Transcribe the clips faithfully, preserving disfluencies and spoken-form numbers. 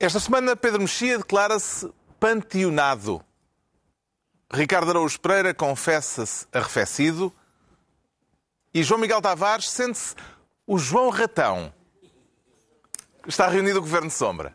Esta semana, Pedro Mexia declara-se panteonado. Ricardo Araújo Pereira confessa-se arrefecido. E João Miguel Tavares sente-se o João Ratão. Está reunido o Governo de Sombra.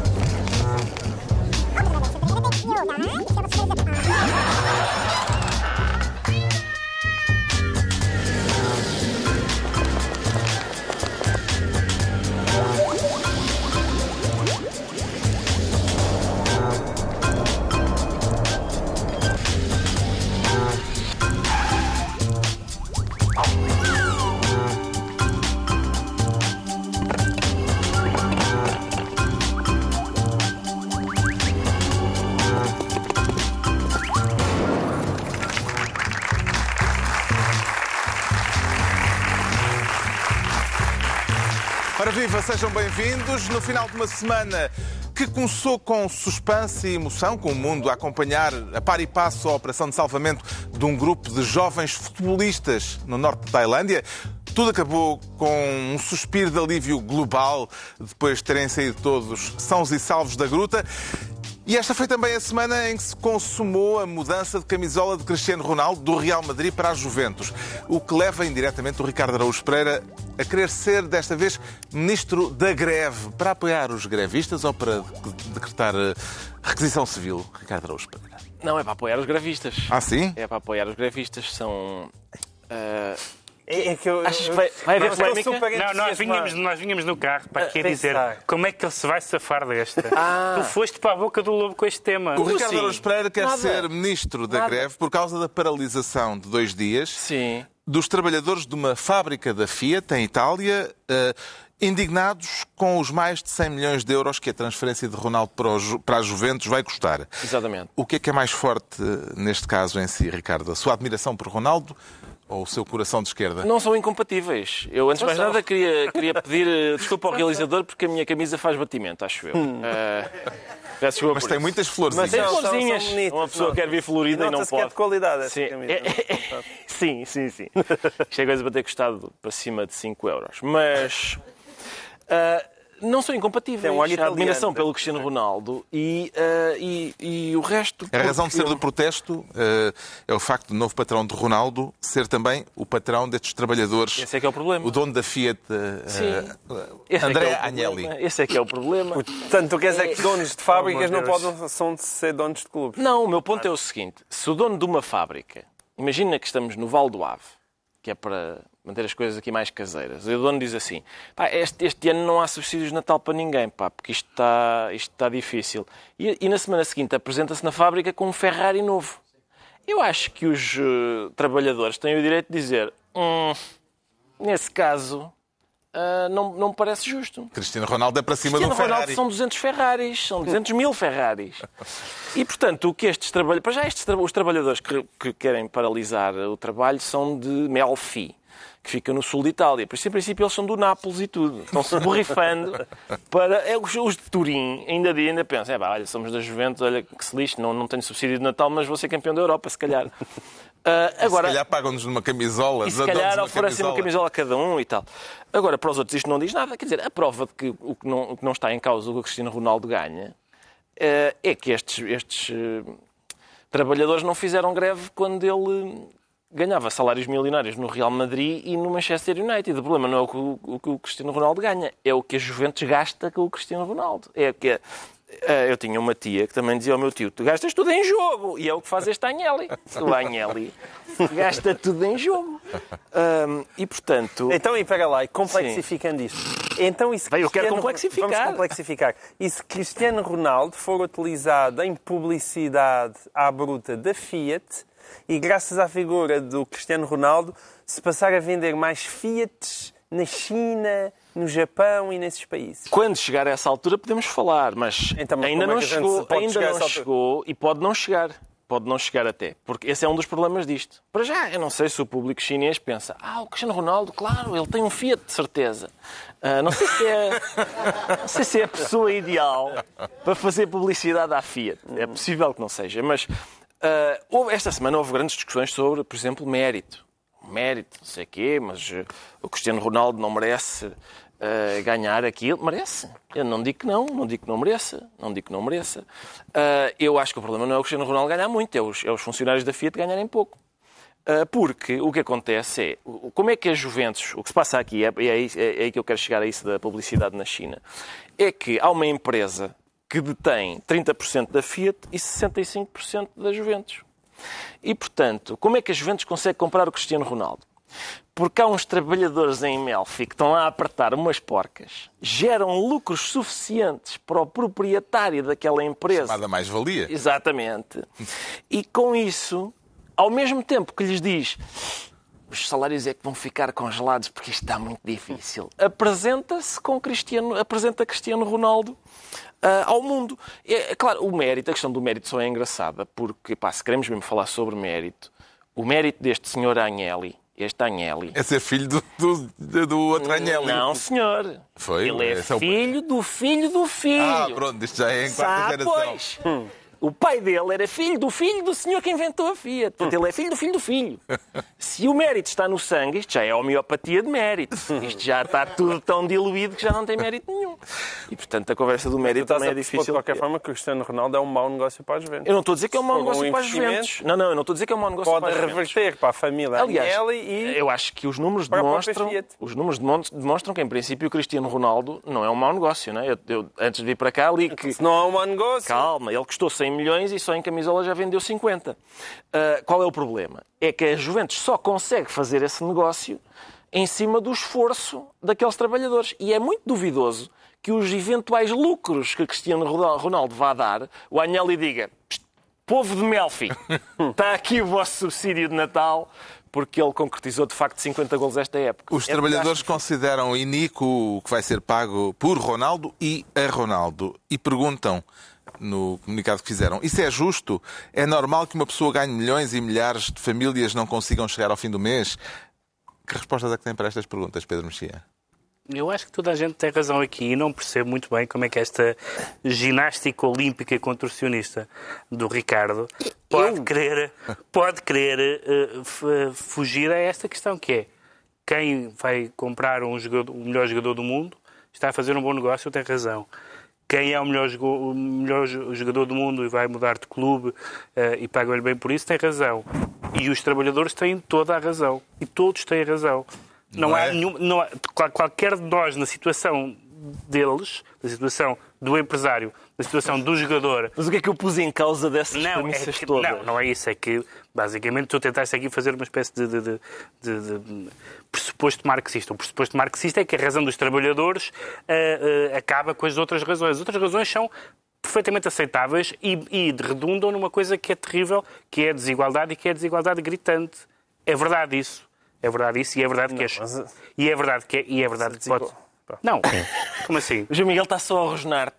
Ora viva, sejam bem-vindos. No final de uma semana que começou com suspense e emoção, com o mundo a acompanhar a par e passo a operação de salvamento de um grupo de jovens futebolistas no norte da Tailândia, tudo acabou com um suspiro de alívio global depois de terem saído todos sãos e salvos da gruta. E esta foi também a semana em que se consumou a mudança de camisola de Cristiano Ronaldo do Real Madrid para a Juventus, o que leva indiretamente o Ricardo Araújo Pereira a querer ser, desta vez, ministro da greve, para apoiar os grevistas ou para decretar requisição civil, Ricardo Araújo Pereira? Não, é para apoiar os grevistas. Ah, sim? É para apoiar os grevistas. São... Uh... É que eu, Achas que vai, vai haver polémica? Não, nós vínhamos, nós vínhamos no carro para aqui dizer como é que ele se vai safar desta. Ah. Tu foste para a boca do lobo com este tema. O Ricardo Araújo Pereira quer Nada. ser ministro da Nada. greve por causa da paralisação de dois dias Sim. dos trabalhadores de uma fábrica da Fiat, em Itália, eh, indignados com os mais de cem milhões de euros que a transferência de Ronaldo para, o Ju- para a Juventus vai custar. Exatamente. O que é que é mais forte eh, neste caso em si, Ricardo? A sua admiração por Ronaldo ou o seu coração de esquerda? Não são incompatíveis. Eu, antes de mais nada, queria, queria pedir uh, desculpa ao realizador porque a minha camisa faz batimento, acho eu. Uh, peço desculpa Mas por tem isso. muitas florzinhas. Tem Não, são- florzinhas. são bonitas, Uma pessoa não. quer vir florida e não Nota-se que é pode. de qualidade essa Sim. camisa. É- é- é- sim, sim, sim. Isto é coisa para ter custado para cima de cinco euros. Mas... uh, não são incompatíveis. Tem um olho a admiração italiano. pelo Cristiano Ronaldo e, uh, e, e o resto... A razão de ser porque- do protesto eh, é o facto do novo patrão de Ronaldo ser também o patrão destes trabalhadores. Esse é que é o problema. O dono da Fiat, eh, Sim. eh, Esse André é que é o Agnelli. problema. Esse é que é o problema. Portanto, tu queres dizer que donos de fábricas Oh, meu não Deus. podem são de ser donos de clubes? Não, o meu ponto é o seguinte. Se o dono de uma fábrica, imagina que estamos no Val do Ave, que é para manter as coisas aqui mais caseiras, e o dono diz assim, pá, este, este ano não há subsídios de Natal para ninguém, pá, porque isto está, isto está difícil. E, e na semana seguinte apresenta-se na fábrica com um Ferrari novo. Eu acho que os uh, trabalhadores têm o direito de dizer, hum, nesse caso, uh, não, não me parece justo. Cristiano Ronaldo é para cima Cristiano do Ferrari. Ronaldo são duzentos Ferraris, são duzentos mil Ferraris. E, portanto, o que estes trabalhadores... Para já, estes tra... os trabalhadores que, que querem paralisar o trabalho são de Melfi, que fica no sul de Itália. Por isso, em princípio, eles são do Nápoles e tudo. Estão-se borrifando para... É, os, os de Turim ainda, ainda pensam, é, pá, olha, somos da Juventus, olha que se lixe, não, não tenho subsídio de Natal, mas vou ser campeão da Europa, se calhar. Uh, agora... Se calhar pagam-nos numa camisola. E se calhar oferecem uma camisola a cada um e tal. Agora, para os outros isto não diz nada. Quer dizer, a prova de que o que não, o que não está em causa o que o Cristiano Ronaldo ganha eh, é que estes, estes eh, trabalhadores não fizeram greve quando ele ganhava salários milionários no Real Madrid e no Manchester United. O problema não é o que o, o, que o Cristiano Ronaldo ganha, é o que a Juventus gasta com o Cristiano Ronaldo. É o que... Eu tinha uma tia que também dizia ao meu tio, tu gastas tudo em jogo. E é o que faz este Agnelli. O Agnelli gasta tudo em jogo. Um, e, portanto... Então, e pega lá, e complexificando isso. Então, isso Bem, eu quero Cristiano- complexificar. Vamos complexificar. E se Cristiano Ronaldo for utilizado em publicidade à bruta da Fiat e graças à figura do Cristiano Ronaldo se passar a vender mais Fiats na China, no Japão e nesses países? Quando chegar a essa altura podemos falar, mas Então, mas ainda como é não que a gente chegou, pode ainda chegar a não essa altura? chegou e pode não chegar. Pode não chegar até. Porque esse é um dos problemas disto. Para já, eu não sei se o público chinês pensa ah, o Cristiano Ronaldo, claro, ele tem um Fiat, de certeza. Ah, não sei se é, não sei se é a pessoa ideal para fazer publicidade à Fiat. É possível que não seja. Mas ah, houve, esta semana houve grandes discussões sobre, por exemplo, mérito. Mérito, não sei o quê, mas uh, o Cristiano Ronaldo não merece... uh, ganhar aquilo, merece. Eu não digo que não, não digo que não mereça, não digo que não mereça. Uh, eu acho que o problema não é o Cristiano Ronaldo ganhar muito, é os, é os funcionários da Fiat ganharem pouco. Uh, porque o que acontece é, como é que a Juventus, o que se passa aqui, é, é, aí, é aí que eu quero chegar a isso da publicidade na China, é que há uma empresa que detém trinta por cento da Fiat e sessenta e cinco por cento da Juventus. E, portanto, como é que a Juventus consegue comprar o Cristiano Ronaldo? Porque há uns trabalhadores em Melfi que estão lá a apertar umas porcas, geram lucros suficientes para o proprietário daquela empresa. Chamada mais-valia. Exatamente. E com isso, ao mesmo tempo que lhes diz os salários é que vão ficar congelados porque isto está muito difícil, apresenta-se com Cristiano, apresenta Cristiano Ronaldo Uh, ao mundo. É, é claro, o mérito, a questão do mérito só é engraçada, porque, pá, se queremos mesmo falar sobre mérito, o mérito deste senhor Agnelli, este Agnelli... É ser filho do, do, do outro Agnelli. Não, senhor. Foi? Ele é Esse filho é o... do filho do filho. Ah, pronto, isto já é em quarta Sabe, geração. Pois. Hum. O pai dele era filho do filho do senhor que inventou a Fiat. Portanto, ele é filho do filho do filho. Se o mérito está no sangue, isto já é homeopatia de mérito. Isto já está tudo tão diluído que já não tem mérito nenhum. E, portanto, a conversa do mérito também é difícil. De qualquer forma, que o Cristiano Ronaldo é um mau negócio para as Juventus. Eu não estou a dizer que é um mau negócio para as Juventus. Não, não, eu não estou a dizer que é um mau negócio para as Juventus. Pode reverter para a família Agnelli e... eu acho que os números demonstram, os números demonstram que, em princípio, o Cristiano Ronaldo não é um mau negócio. Não é? eu, eu, antes de vir para cá, li que... Se não é um mau negócio... Calma, ele custou cem milhões e só em camisola já vendeu cinquenta. Uh, qual é o problema? É que a Juventus só consegue fazer esse negócio em cima do esforço daqueles trabalhadores. E é muito duvidoso que os eventuais lucros que Cristiano Ronaldo vá dar, o Agnelli diga: povo de Melfi, está aqui o vosso subsídio de Natal, porque ele concretizou de facto cinquenta golos esta época. Os trabalhadores é consideram iníquo o que vai ser pago por Ronaldo e a Ronaldo e perguntam no comunicado que fizeram: isso é justo? É normal que uma pessoa ganhe milhões e milhares de famílias não consigam chegar ao fim do mês? Que respostas é que tem para estas perguntas, Pedro Mexia? Eu acho que toda a gente tem razão aqui e não percebo muito bem como é que esta ginástica olímpica contorcionista do Ricardo pode Eu? querer, pode querer uh, fugir a esta questão, que é: quem vai comprar um jogador, o melhor jogador do mundo está a fazer um bom negócio, tem razão. Quem é o melhor, o melhor jogador do mundo e vai mudar de clube uh, e paga-lhe bem por isso, tem razão. E os trabalhadores têm toda a razão. E todos têm razão. Não, não há é? nenhum, não há, qualquer de nós, na situação deles, na situação do empresário, na situação do jogador... Mas o que é que eu pus em causa dessas não, premissas é que, todas? Não, não é isso. É que, basicamente, tu tentaste aqui fazer uma espécie de, de, de, de, de pressuposto marxista. O pressuposto marxista é que a razão dos trabalhadores uh, uh, acaba com as outras razões. As outras razões são perfeitamente aceitáveis e, e redundam numa coisa que é terrível, que é a desigualdade, e que é a desigualdade gritante. É verdade isso. É verdade isso e é verdade que é... Mas... E é verdade que é... E é verdade que pode... Não. Como assim? O João Miguel está só a rosnar-te.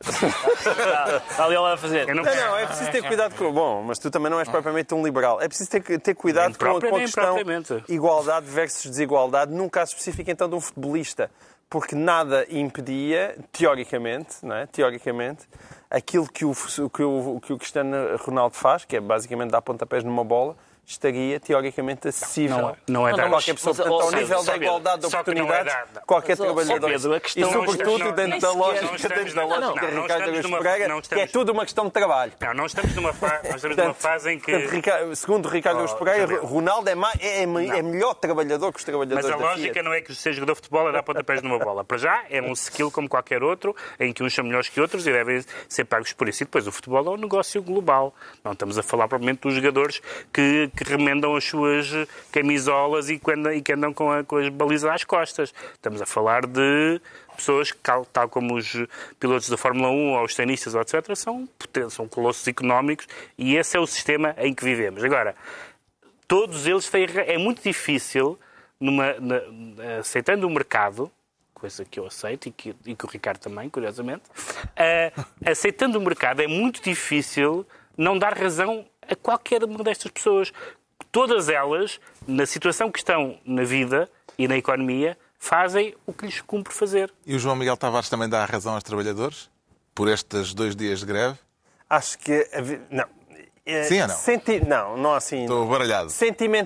Está ali lá a fazer. Não, não, não, é preciso ter cuidado com... Bom, mas tu também não és propriamente um liberal. É preciso ter, ter cuidado com, com a questão igualdade versus desigualdade, num caso específico, então, de um futebolista. Porque nada impedia, teoricamente, não é? Teoricamente, aquilo que o, que, o, que o Cristiano Ronaldo faz, que é basicamente dar pontapés numa bola, estaria teoricamente acessível. Não, não é a qualquer pessoa. Portanto, ao nível da igualdade de oportunidades, qualquer trabalhador. E sobretudo dentro da lógica, dentro da lógica de Ricardo Araújo Pereira, que é tudo uma questão de trabalho. Não, não estamos numa fase em que... Segundo Ricardo Araújo Pereira, Ronaldo é melhor trabalhador que os trabalhadores da Fiat. Mas a lógica não é que ser jogador de futebol é dar pontapés numa bola. Para já, é um skill como qualquer outro, em que uns são melhores que outros e devem ser pagos por isso. E depois, o futebol é um negócio global. Não estamos a falar propriamente dos jogadores que que remendam as suas camisolas e que andam, e que andam com, a, com as balizas às costas. Estamos a falar de pessoas que, tal como os pilotos da Fórmula um ou os tenistas, etcétera, são, são colossos económicos e esse é o sistema em que vivemos. Agora, todos eles têm... É muito difícil, numa, na, aceitando o mercado, coisa que eu aceito e que, e que o Ricardo também, curiosamente, uh, aceitando o mercado é muito difícil não dar razão a qualquer uma destas pessoas. Todas elas, na situação que estão na vida e na economia, fazem o que lhes cumpre fazer. E o João Miguel Tavares também dá a razão aos trabalhadores? Por estes dois dias de greve? Acho que... Não. Sim ou não? Senti... Não, não assim. Estou baralhado.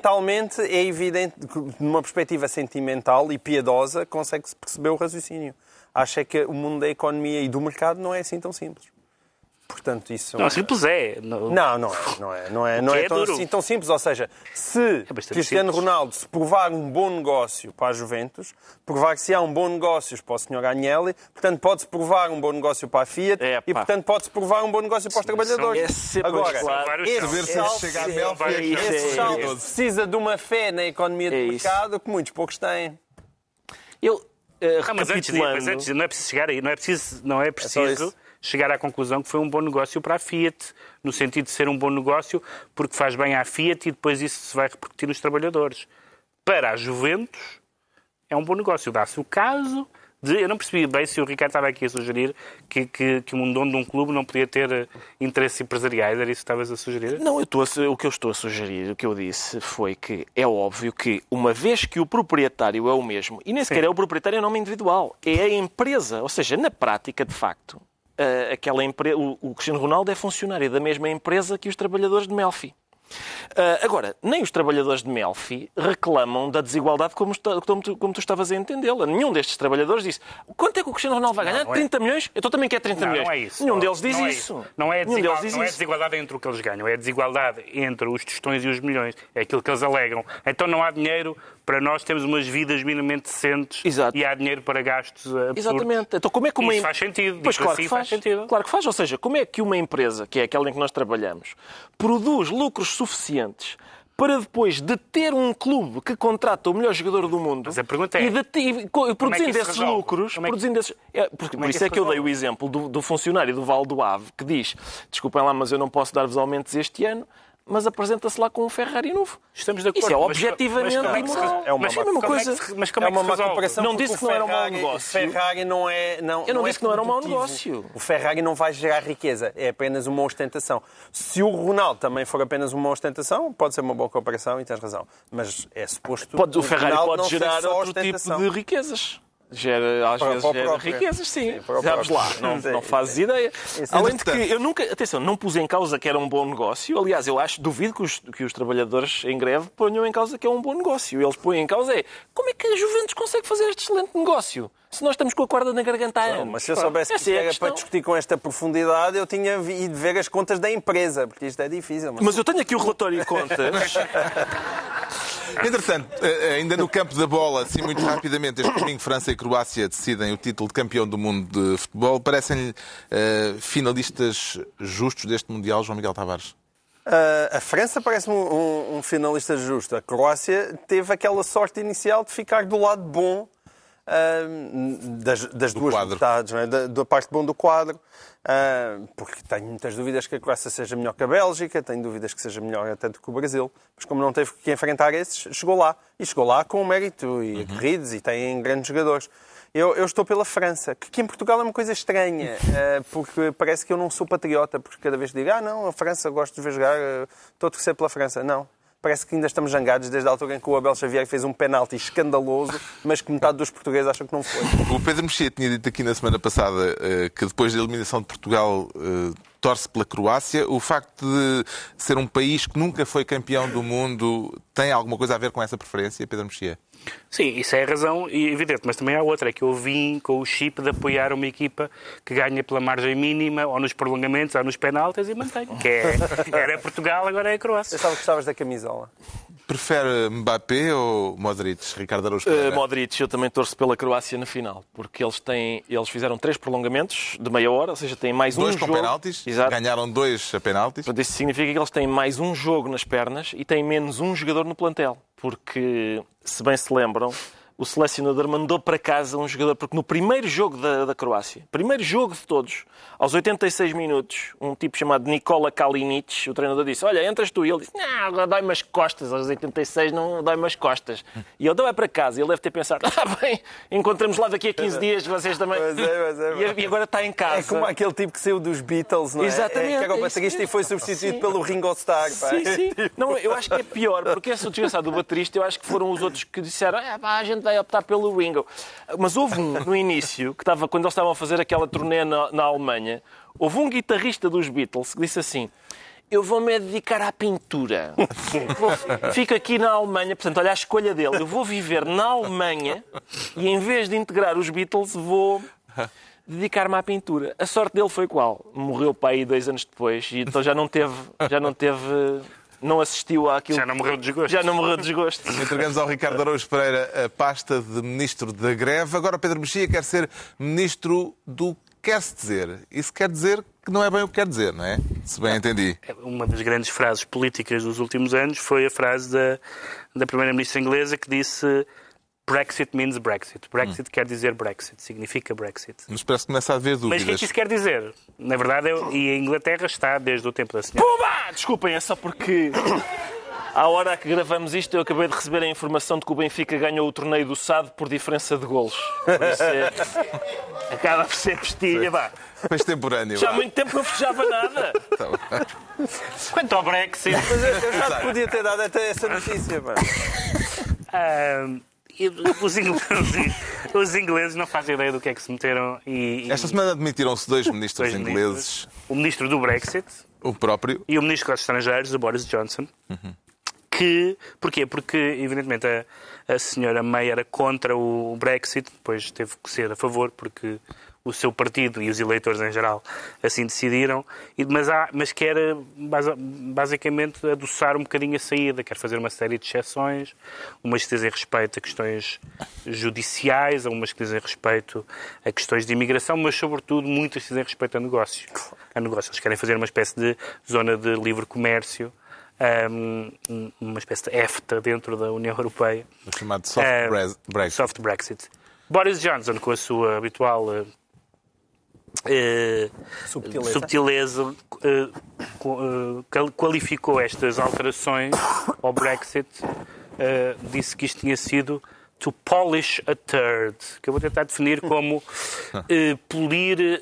Sentimentalmente é evidente, numa perspectiva sentimental e piedosa, consegue-se perceber o raciocínio. acho é que o mundo da economia e do mercado não é assim tão simples. Portanto, isso... Não, simples é. Não, não, não é. Não é, não é, não é, é tão, assim, tão simples. Ou seja, se é Cristiano simples. Ronaldo se provar um bom negócio para a Juventus, provar que se há um bom negócio para o senhor Agnelli, portanto, pode-se provar um bom negócio para a Fiat é, e, portanto, pode-se provar um bom negócio para os trabalhadores. É sempre Agora, claro. esse salto, chega a Melfi, é isso, esse é salto isso. precisa de uma fé na economia de É mercado que muitos poucos têm. Eu, uh, Ah, mas antes, de, mas antes de, não é preciso chegar aí, não é preciso, não é preciso chegar à conclusão que foi um bom negócio para a Fiat, no sentido de ser um bom negócio porque faz bem à Fiat e depois isso se vai repercutir nos trabalhadores. Para a Juventus é um bom negócio. Dá-se o caso de... Eu não percebi bem se o Ricardo estava aqui a sugerir que, que, que um dono de um clube não podia ter interesses empresariais. Era isso que estavas a sugerir? Não, eu estou a, o que eu estou a sugerir, o que eu disse foi que é óbvio que, uma vez que o proprietário é o mesmo, e nem sequer é o proprietário em nome individual, é a empresa. Ou seja, na prática, de facto, Uh, aquela empre... o, o Cristiano Ronaldo é funcionário da mesma empresa que os trabalhadores de Melfi. Uh, agora, nem os trabalhadores de Melfi reclamam da desigualdade como, está, como, tu, como tu estavas a entendê-la. Nenhum destes trabalhadores diz quanto é que o Cristiano Ronaldo vai ganhar? Não, não trinta milhões? Eu também quero trinta não, milhões. Não é isso. Nenhum deles diz não é isso. isso. Não, é Nenhum deles diz não é isso. desigualdade entre o que eles ganham, é desigualdade entre os tostões e os milhões. É aquilo que eles alegam. Então não há dinheiro para nós termos umas vidas minimamente decentes. Exato. E há dinheiro para gastos absurdos. Exatamente. Então como é que uma... Isso faz sentido. Pois claro assim, que faz. faz sentido. Claro que faz. Ou seja, como é que uma empresa, que é aquela em que nós trabalhamos, produz lucros suficientes para depois de ter um clube que contrata o melhor jogador do mundo. Mas a pergunta é, e, de, e produzindo é que esses resolve? lucros, Como é que... produzindo esses, é, por, por é isso que é que eu dei resolve? o exemplo do, do funcionário do Val do Ave que diz: desculpem lá, mas eu não posso dar-vos aumentos este ano, mas apresenta-se lá com um Ferrari novo. Estamos de acordo. Isso é mas- objetivamente mas como é que se- imoral. É uma Mas é a mesma como é que coisa. se- Mas como É é que uma se má resolve? comparação. Não porque disse o que não era um mau Ferrari- negócio. O Ferrari não é. Não, Eu não não disse é que não era um mau produtivo. negócio. O Ferrari não vai gerar riqueza, é apenas uma ostentação. Se o Ronaldo também for apenas uma ostentação, pode ser uma boa comparação e tens razão. Mas é suposto. Pode, o Ferrari Ronaldo pode não ser gerar só outro tipo ostentação. de riquezas. Gera, às Para- vezes para o gera próprio. riquezas, sim. Sim, para o Sabes próprio. lá, não, Sim. não fazes ideia. Isso. Além de que Entretanto- eu nunca, atenção, não pus em causa que era um bom negócio. Aliás, eu acho, duvido que os, que os trabalhadores em greve ponham em causa que é um bom negócio. Eles põem em causa é como é que a Juventus consegue fazer este excelente negócio se nós estamos com a corda na garganta há anos. Não, mas se eu soubesse que Essa isto é a era questão. para discutir com esta profundidade, eu tinha ido ver as contas da empresa, porque isto é difícil. Mas... Mas eu tenho aqui o relatório de contas. Entretanto, eh, ainda no campo da bola, assim muito rapidamente, este domingo França e Croácia decidem o título de campeão do mundo de futebol. Parecem-lhe eh, finalistas justos deste Mundial, João Miguel Tavares? Uh, a França parece-me um, um- um finalista justo. A Croácia teve aquela sorte inicial de ficar do lado bom uh, das, das duas quadro. metades, não é? da, da parte bom do quadro. Uh, porque tenho muitas dúvidas que a Croácia seja melhor que a Bélgica, tenho dúvidas que seja melhor até do que o Brasil. Mas como não teve que enfrentar esses, chegou lá. E chegou lá com mérito e aguerridos e tem grandes jogadores. Eu, eu estou pela França, que aqui em Portugal é uma coisa estranha, eh, porque parece que eu não sou patriota, porque cada vez digo, ah não, a França, gosto de ver jogar, eh, estou a torcer pela França. Não. Parece que ainda estamos zangados desde a altura em que o Abel Xavier fez um penalti escandaloso, mas que metade dos portugueses acham que não foi. O Pedro Mexia tinha dito aqui na semana passada eh, que depois da eliminação de Portugal eh, torce pela Croácia. O facto de ser um país que nunca foi campeão do mundo tem alguma coisa a ver com essa preferência, Pedro Mexia? Sim, isso é a razão e evidente, mas também há outra, é que eu vim com o chip de apoiar uma equipa que ganha pela margem mínima, ou nos prolongamentos, ou nos penaltis, e mantenho. Que é, era Portugal, agora é a Croácia. Eu estava que gostavas da camisola. Prefere Mbappé ou Modric, Ricardo Araújo Uh, Pereira? Modric, eu também torço pela Croácia na final, porque eles têm, eles fizeram três prolongamentos de meia hora, ou seja, têm mais Dois um com jogo. penaltis, Exato. ganharam dois a penaltis. Portanto, isso significa que eles têm mais um jogo nas pernas e têm menos um jogador no plantel, porque, se bem se lembram, o selecionador mandou para casa um jogador, porque no primeiro jogo da, da Croácia, primeiro jogo de todos, aos oitenta e seis minutos, um tipo chamado Nikola Kalinic, o treinador disse, olha, entras tu, e ele disse, não, agora dói-me as costas, aos oitenta e seis não dói-me as costas. E ele deu para casa, e ele deve ter pensado, ah bem, encontramos lá daqui a quinze dias, vocês também... Mas é, mas é, E agora está em casa. É como aquele tipo que saiu dos Beatles, não é? Exatamente, É, que era o é baterista isso e foi substituído Sim. pelo Ringo Starr. pá. Sim, sim. Não, eu acho que é pior, porque esse desgraçado do baterista, eu acho que foram os outros que disseram ah, pá, a gente vai optar pelo Ringo. Mas houve um, no início, que estava, quando eles estavam a fazer aquela turnê na, na Alemanha, houve um guitarrista dos Beatles que disse assim, eu vou-me dedicar à pintura. Vou, fico aqui na Alemanha, portanto, olha a escolha dele, eu vou viver na Alemanha e em vez de integrar os Beatles, vou dedicar-me à pintura. A sorte dele foi qual? Morreu pai dois anos depois e então já não teve... Já não teve não assistiu àquilo... Já não morreu de desgosto. Já não morreu de desgosto. Entregamos ao Ricardo Araújo Pereira a pasta de Ministro da Greve. Agora Pedro Mexia quer ser Ministro do quer-se dizer. Isso quer dizer que não é bem o que quer dizer, não é? Se bem entendi. Uma das grandes frases políticas dos últimos anos foi a frase da, da Primeira-Ministra inglesa que disse Brexit means Brexit. Brexit hum. quer dizer Brexit, significa Brexit. Mas parece que começa a haver dúvidas. Mas o que é que isso quer dizer? Na verdade, eu, e a Inglaterra está desde o tempo da senhora. Pumba! Desculpem, é só porque... À hora que gravamos isto, eu acabei de receber a informação de que o Benfica ganhou o torneio do S A D por diferença de golos. Por isso é... Acaba por ser pestilha, vá. Mas temporâneo. Já há muito tempo que não festejava nada. Quanto ao Brexit... Mas eu, eu já te podia ter dado até essa notícia, mano. Uh, os, ingleses, os ingleses não fazem ideia do que é que se meteram e... Esta semana demitiram-se dois ministros dois ingleses. Ministros. O ministro do Brexit... O próprio. E o ministro dos Estrangeiros, o Boris Johnson. Uhum. Que... Porquê? Porque, evidentemente, a, a senhora May era contra o Brexit, depois teve que ser a favor, porque o seu partido e os eleitores em geral assim decidiram, e, mas, há, mas quer basicamente adoçar um bocadinho a saída, quer fazer uma série de exceções, umas que dizem respeito a questões judiciais, umas que dizem respeito a questões de imigração, mas sobretudo muitas que dizem respeito a negócio. A negócio. Eles querem fazer uma espécie de zona de livre comércio, um, uma espécie de EFTA dentro da União Europeia. O chamado soft um, Brexit. Soft Brexit. Boris Johnson, com a sua habitual uh, uh, subtileza, subtileza uh, uh, qualificou estas alterações ao Brexit, uh, disse que isto tinha sido to polish a turd, que eu vou tentar definir como uh, polir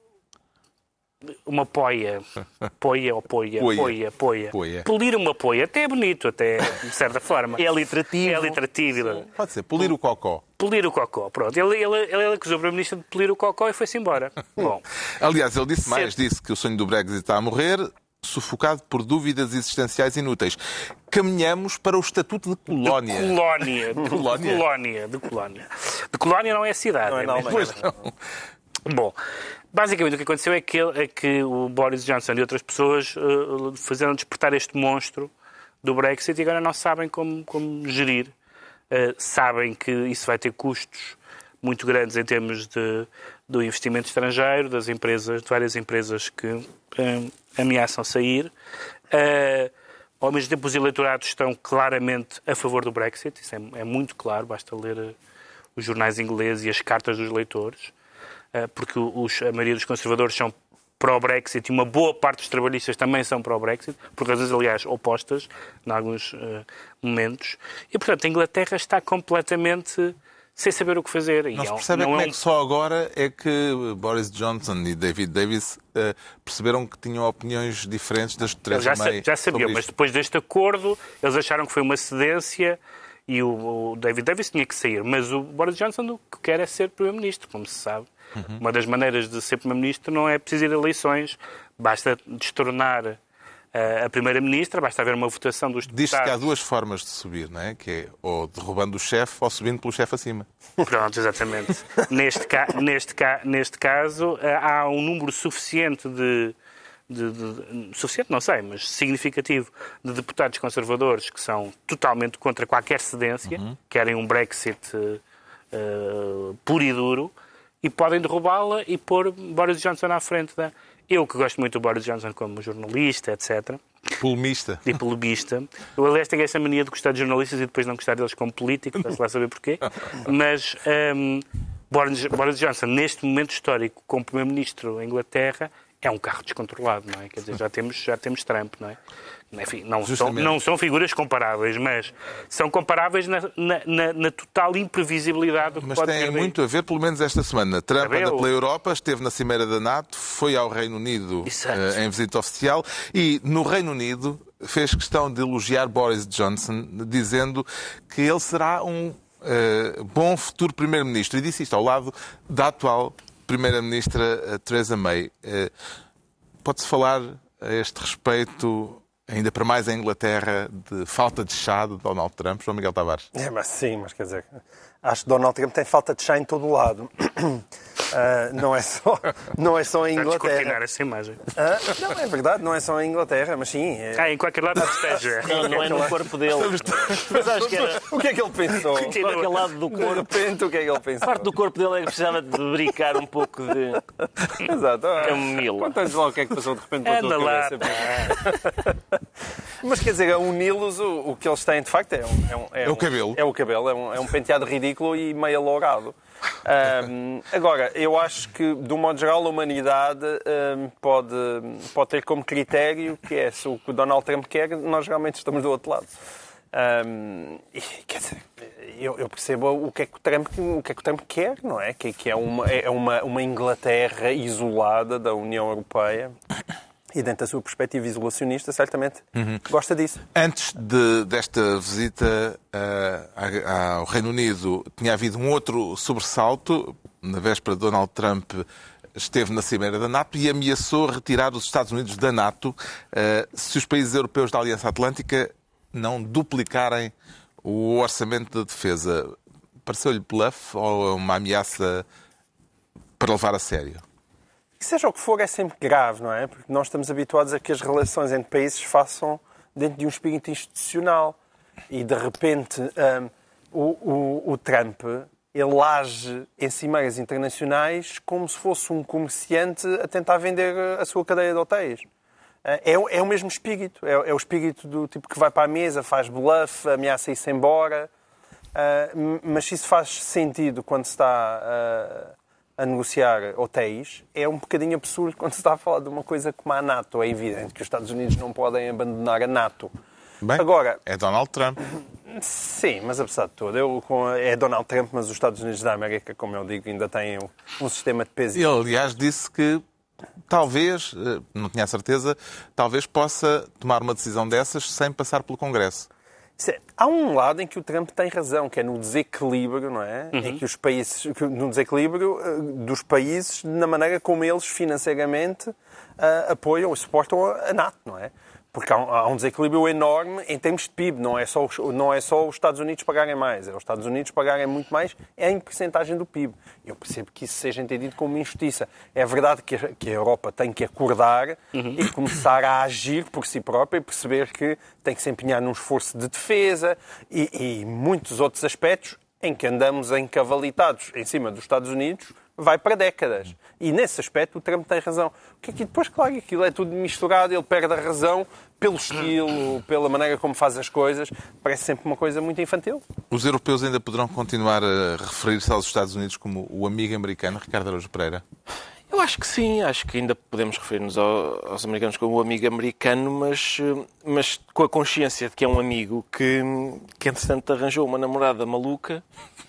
uma poia. Poia ou poia? Poia. Poia, poia. Poia. Polir uma poia. Até é bonito, até, de certa forma. É literativo. É literativo. Sim. Pode ser. Polir o cocó. Polir o cocó. Pronto. Ele, ele, ele acusou o Primeiro-Ministro de polir o cocó e foi-se embora. Bom. Aliás, ele disse mais. Sempre. Disse que o sonho do Brexit está a morrer, sufocado por dúvidas existenciais inúteis. Caminhamos para o estatuto de colónia. De colónia. De colónia. De colónia. De colónia. De colónia não é cidade. Não é, é não, pois não. Bom. Basicamente, o que aconteceu é que, ele, é que o Boris Johnson e outras pessoas uh, fizeram despertar este monstro do Brexit e agora não sabem como, como gerir. Uh, sabem que isso vai ter custos muito grandes em termos de, do investimento estrangeiro, das empresas, de várias empresas que uh, ameaçam sair. Uh, ao mesmo tempo, os eleitorados estão claramente a favor do Brexit. Isso é, é muito claro, basta ler uh, os jornais ingleses e as cartas dos eleitores. Porque os, a maioria dos conservadores são pró-Brexit e uma boa parte dos trabalhistas também são pró-Brexit, por razões, aliás, opostas, em alguns uh, momentos. E, portanto, a Inglaterra está completamente sem saber o que fazer. Não e se percebe não como é, um... é que só agora é que Boris Johnson e David Davis uh, perceberam que tinham opiniões diferentes das três já, já sabiam, mas depois deste acordo, eles acharam que foi uma cedência e o, o David Davis tinha que sair. Mas o Boris Johnson o que quer é ser Primeiro-Ministro, como se sabe. Uhum. Uma das maneiras de ser Primeiro-Ministro não é preciso ir a eleições, basta destornar uh, a Primeira-Ministra, basta haver uma votação dos deputados. Diz-se que há duas formas de subir, não é? Que é ou derrubando o chefe ou subindo pelo chefe acima. Pronto, exatamente. neste, ca... neste, ca... neste caso, uh, há um número suficiente de, de, de... Suficiente, não sei, mas significativo de deputados conservadores que são totalmente contra qualquer cedência, uhum. querem um Brexit uh, uh, puro e duro, e podem derrubá-la e pôr Boris Johnson à frente da... Eu, que gosto muito do Boris Johnson como jornalista, etcétera. Polemista. E polemista. Eu, aliás, tenho essa mania de gostar de jornalistas e depois não gostar deles como políticos, vai-se lá saber porquê. Mas um, Boris, Boris Johnson, neste momento histórico, como Primeiro-Ministro da Inglaterra, é um carro descontrolado, não é? Quer dizer, já temos, já temos Trump, não é? Enfim, não são, não são figuras comparáveis, mas são comparáveis na, na, na, na total imprevisibilidade do que mas pode tem ter muito a ver, pelo menos esta semana. Trump Sabeu? anda pela Europa, esteve na Cimeira da NATO, foi ao Reino Unido uh, em visita oficial e no Reino Unido fez questão de elogiar Boris Johnson, dizendo que ele será um uh, bom futuro Primeiro-Ministro. E disse isto ao lado da atual Primeira-Ministra uh, Theresa May. Uh, pode-se falar a este respeito... Ainda para mais em Inglaterra, de falta de chá de Donald Trump, João Miguel Tavares. É, mas sim, mas quer dizer, Acho que Donald Trump tem falta de chá em todo o lado. Uh, não, é só, não é só em Inglaterra. Descortinar essa imagem. Uh, não, é verdade, não é só em Inglaterra, mas sim. É... Ah, em qualquer lado que esteja. Não, não é no corpo dele. Mas acho que era... O que é que ele pensou? Para aquele lado do corpo. De repente, o que é que ele pensou? Parte do corpo dele é que precisava de brincar um pouco de Exato. camomila. Conta-nos lá o que é que passou de repente pela Anda tua lá. cabeça. Mas quer dizer, a uni-los, o, o que eles têm de facto é, um, é, um, é, É o um- cabelo. É o cabelo, é um, é um penteado ridículo e meio alourado. Um, agora, eu acho que, de um modo geral, a humanidade um, pode, pode ter como critério que é se o que o Donald Trump quer, nós realmente estamos do outro lado. Um, e, quer dizer, eu, eu percebo o que, é que o, Trump, o que é que o Trump quer, não é? Que, que é, uma, é uma, uma Inglaterra isolada da União Europeia. E dentro da sua perspectiva isolacionista, certamente gosta disso. Antes de- desta visita uh, ao Reino Unido, tinha havido um outro sobressalto. Na véspera, Donald Trump esteve na Cimeira da NATO e ameaçou retirar os Estados Unidos da NATO uh, se os países europeus da Aliança Atlântica não duplicarem o orçamento de defesa. Pareceu-lhe bluff ou uma ameaça para levar a sério? Que seja o que for, é sempre grave, não é? Porque nós estamos habituados a que as relações entre países se façam dentro de um espírito institucional. E, de repente, hum, o, o, o Trump, ele age em cimeiras internacionais como se fosse um comerciante a tentar vender a sua cadeia de hotéis. É, é o mesmo espírito. É, é o espírito do tipo que vai para a mesa, faz bluff, ameaça ir-se embora. Uh, mas se isso faz sentido quando se está... Uh, a negociar hotéis, é um bocadinho absurdo quando se está a falar de uma coisa como a NATO. É evidente que os Estados Unidos não podem abandonar a NATO. Bem, Agora, é Donald Trump. sim, mas apesar de tudo, eu, com- é Donald Trump, mas os Estados Unidos da América, como eu digo, ainda têm um, um sistema de peso. Ele, aliás, disse que talvez, eh, não tinha a certeza, talvez possa tomar uma decisão dessas sem passar pelo Congresso. Há um lado em que o Trump tem razão, que é no desequilíbrio, não é? Uhum. Em que os países, que- no desequilíbrio eh, dos países, na maneira como eles financeiramente eh, apoiam e suportam a a NATO, não é? Porque há um, há um desequilíbrio enorme em termos de P I B. Não é, só os, não é só os Estados Unidos pagarem mais, é os Estados Unidos pagarem muito mais em percentagem do P I B. Eu percebo que isso seja entendido como uma injustiça. É verdade que a, que a Europa tem que acordar e começar a agir por si própria e perceber que tem que se empenhar num esforço de defesa e, e muitos outros aspectos em que andamos encavalitados em cima dos Estados Unidos vai para décadas. E nesse aspecto o Trump tem razão. O que é que depois, claro, aquilo é tudo misturado, ele perde a razão pelo estilo, pela maneira como faz as coisas. Parece sempre uma coisa muito infantil. Os europeus ainda poderão continuar a referir-se aos Estados Unidos como o amigo americano, Ricardo Araújo Pereira? Eu acho que sim, acho que ainda podemos referir-nos ao- aos americanos como o amigo americano, mas, eh, mas com a consciência de que é um amigo que, que entretanto, arranjou uma namorada maluca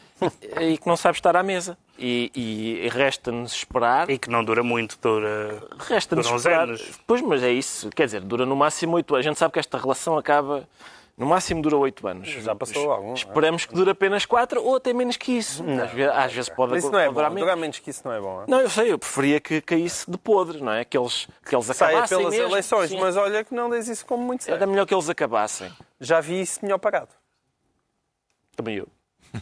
e que não sabe estar à mesa. E, e resta-nos esperar. E que não dura muito, dura, Resta-nos dura uns esperar. anos. Pois, mas é isso. Quer dizer, dura no máximo oito anos. A gente sabe que esta relação acaba... No máximo dura oito anos. Já passou algum, não é? Esperamos que dure apenas quatro ou até menos que isso. Às vezes, às vezes pode, Mas isso não é pode durar bom. menos. Durar menos que isso não é bom. Não, eu sei, eu preferia que caísse de podre, não é? Que eles, que eles Saia acabassem pelas mesmo. eleições, Sim. mas olha que não diz isso como muito sério. Era melhor que eles acabassem. Já vi isso melhor parado. Também eu.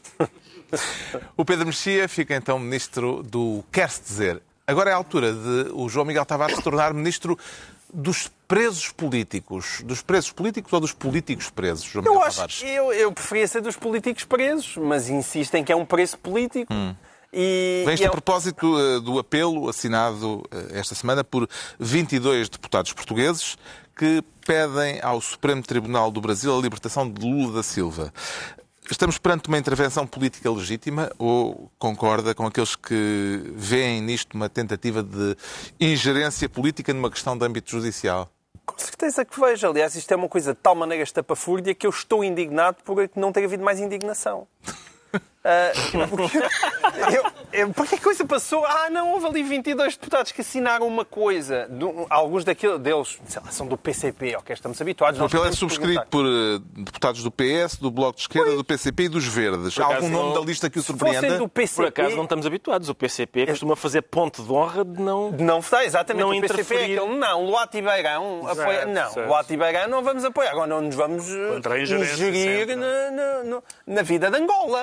O Pedro Mexia fica então ministro do Quer-se Dizer. Agora é a altura de o João Miguel Tavares se tornar ministro dos presos políticos. Dos presos políticos ou dos políticos presos, João Eu Miguel acho Tavares? eu, eu preferia ser dos políticos presos, mas insistem que é um preço político. E, Vem isto e é a propósito eh, do apelo assinado eh, esta semana por vinte e dois deputados portugueses que pedem ao Supremo Tribunal do Brasil a libertação de Lula da Silva. Estamos perante uma intervenção política legítima ou concorda com aqueles que veem nisto uma tentativa de ingerência política numa questão de âmbito judicial? Com certeza que vejo. Aliás, isto é uma coisa de tal maneira estapafúrdia que eu estou indignado por não ter havido mais indignação. Ah, porque, eu, eu, porque a coisa passou... Ah, não, houve ali vinte e dois deputados que assinaram uma coisa. Do, alguns daqueles deles sei lá, são do P C P, ok, estamos habituados. O nós papel é podemos subscrito perguntar. por eh, deputados do P S, do Bloco de Esquerda, do P C P e dos Verdes. Há acaso algum nome não- da lista que o Se fossem surpreenda? do P C P... Por acaso não estamos habituados. O P C P costuma fazer ponto de honra de não... Não está, exatamente. Não o P C P é interferir. aquele. Não, Luati Beirão apoia. Não, certo. Luati Beirão não vamos apoiar. Agora não nos vamos eh, Contra a ingerência ingerir sempre, na, na, na- na vida de Angola.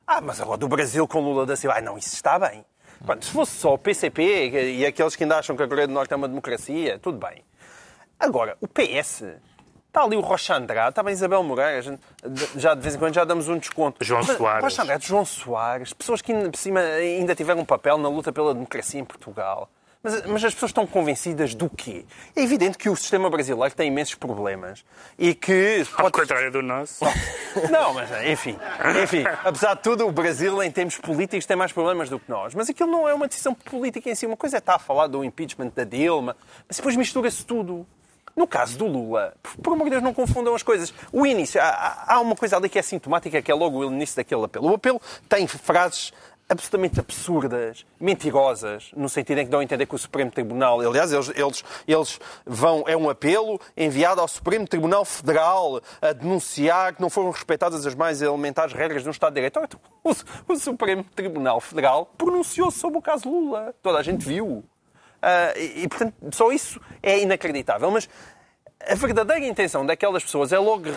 Ah, mas agora do Brasil com Lula da Silva. Ah, não, isso está bem. Quando, se fosse só o P C P e aqueles que ainda acham que a Coreia do Norte é uma democracia, tudo bem. Agora, o P S... Está ali o Rocha Andrade, está bem Isabel Moreira, gente, já de vez em quando já damos um desconto. João Mas, Soares. Rocha Andrade, João Soares, pessoas que ainda, por cima, ainda tiveram um papel na luta pela democracia em Portugal. Mas, mas as pessoas estão convencidas do quê? É evidente que o sistema brasileiro tem imensos problemas e que... Ao Pode... contrário do nosso. Não, mas enfim, enfim, apesar de tudo, o Brasil em termos políticos tem mais problemas do que nós. Mas aquilo não é uma decisão política em si. Uma coisa é estar a falar do impeachment da Dilma, mas depois mistura-se tudo. No caso do Lula, por amor de Deus, não confundam as coisas. O início, há, há uma coisa ali que é sintomática, que é logo o início daquele apelo. O apelo tem frases absolutamente absurdas, mentirosas, no sentido em que dão a entender que o Supremo Tribunal... Aliás, eles, eles, eles vão... É um apelo enviado ao Supremo Tribunal Federal a denunciar que não foram respeitadas as mais elementares regras de um Estado de Direito. Então, o, o Supremo Tribunal Federal pronunciou-se sobre o caso Lula. Toda a gente viu. Uh, e, e, portanto, só isso é inacreditável. Mas a verdadeira intenção daquelas pessoas é logo re,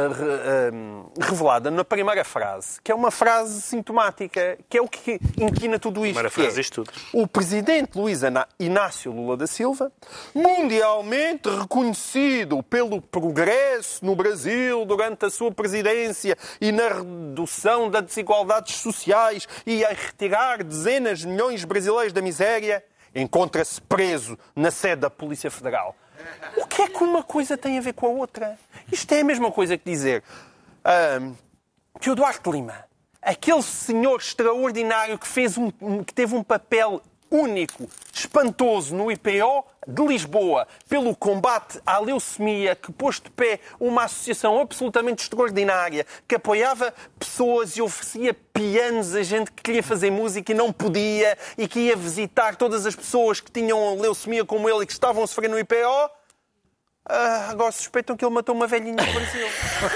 re, um, revelada na primeira frase, que é uma frase sintomática, que é o que inquina tudo isto. Primeira frase é, diz tudo. O presidente Luís Inácio Lula da Silva, mundialmente reconhecido pelo progresso no Brasil durante a sua presidência e na redução das desigualdades sociais e a retirar dezenas de milhões de brasileiros da miséria, encontra-se preso na sede da Polícia Federal. O que é que uma coisa tem a ver com a outra? Isto é a mesma coisa que dizer um, que o Duarte Lima, aquele senhor extraordinário que, fez um, que teve um papel único, espantoso no I P O de Lisboa, pelo combate à leucemia, que pôs de pé uma associação absolutamente extraordinária, que apoiava pessoas e oferecia pianos a gente que queria fazer música e não podia, e que ia visitar todas as pessoas que tinham leucemia como ele e que estavam a sofrer no I P O. Ah, agora suspeitam que ele matou uma velhinha no Brasil.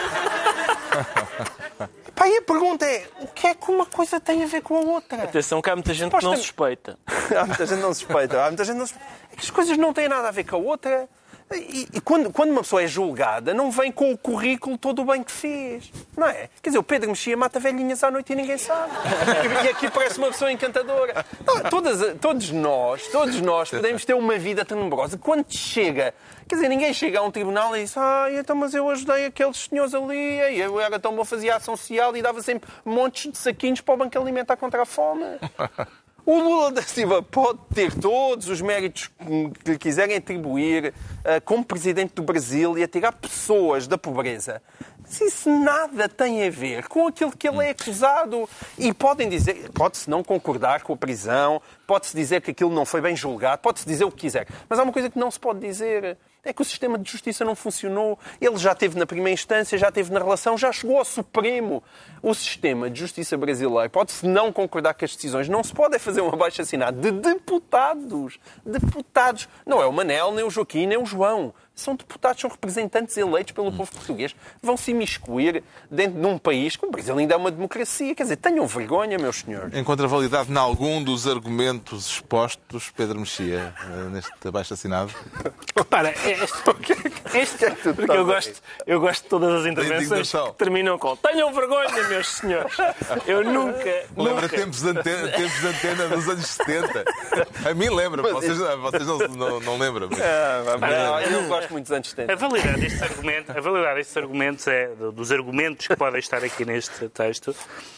Pá, e a pergunta é, o que é que uma coisa tem a ver com a outra? Atenção que há muita gente que não suspeita. Há muita gente que não suspeita. Há muita gente que não suspeita. É que as coisas não têm nada a ver com a outra. E, e quando, quando uma pessoa é julgada, não vem com o currículo todo o bem que fez. Não é? Quer dizer, o Pedro Mexia mata velhinhas à noite e ninguém sabe. E aqui parece uma pessoa encantadora. Não, todas, todos nós, todos nós podemos ter uma vida tenebrosa. Quando chega... Quer dizer, ninguém chega a um tribunal e diz ah, então, mas eu ajudei aqueles senhores ali, e eu era tão bom, fazia ação social e dava sempre montes de saquinhos para o Banco Alimentar contra a fome. O Lula da Silva pode ter todos os méritos que lhe quiserem atribuir uh, como presidente do Brasil e atirar pessoas da pobreza. Mas isso nada tem a ver com aquilo que ele é acusado. E podem dizer, pode-se não concordar com a prisão, pode-se dizer que aquilo não foi bem julgado, pode-se dizer o que quiser. Mas há uma coisa que não se pode dizer. É que o sistema de justiça não funcionou. Ele já esteve na primeira instância, já esteve na relação, já chegou ao Supremo. O sistema de justiça brasileiro pode-se não concordar com as decisões. Não se pode fazer um abaixo-assinado de deputados. Deputados. Não é o Manel, nem o Joaquim, nem o João. São deputados, são representantes eleitos pelo povo português. Vão se imiscuir dentro de um país que o Brasil ainda é uma democracia. Quer dizer, tenham vergonha, meus senhores. Encontra validade em algum dos argumentos expostos, Pedro Mexia, neste abaixo-assinado? Repara, este, este é tudo porque eu gosto, eu gosto de todas as intervenções que terminam com tenham vergonha, meus senhores. Eu nunca, Lembra nunca... tempos de antena, tempos de antena dos anos setenta. A mim lembra, vocês, vocês não, não, não lembram. Mas... Ah, não, eu não gosto muito dos anos setenta. A validade destes argumentos, a validade destes argumentos é, dos argumentos que podem estar aqui neste texto,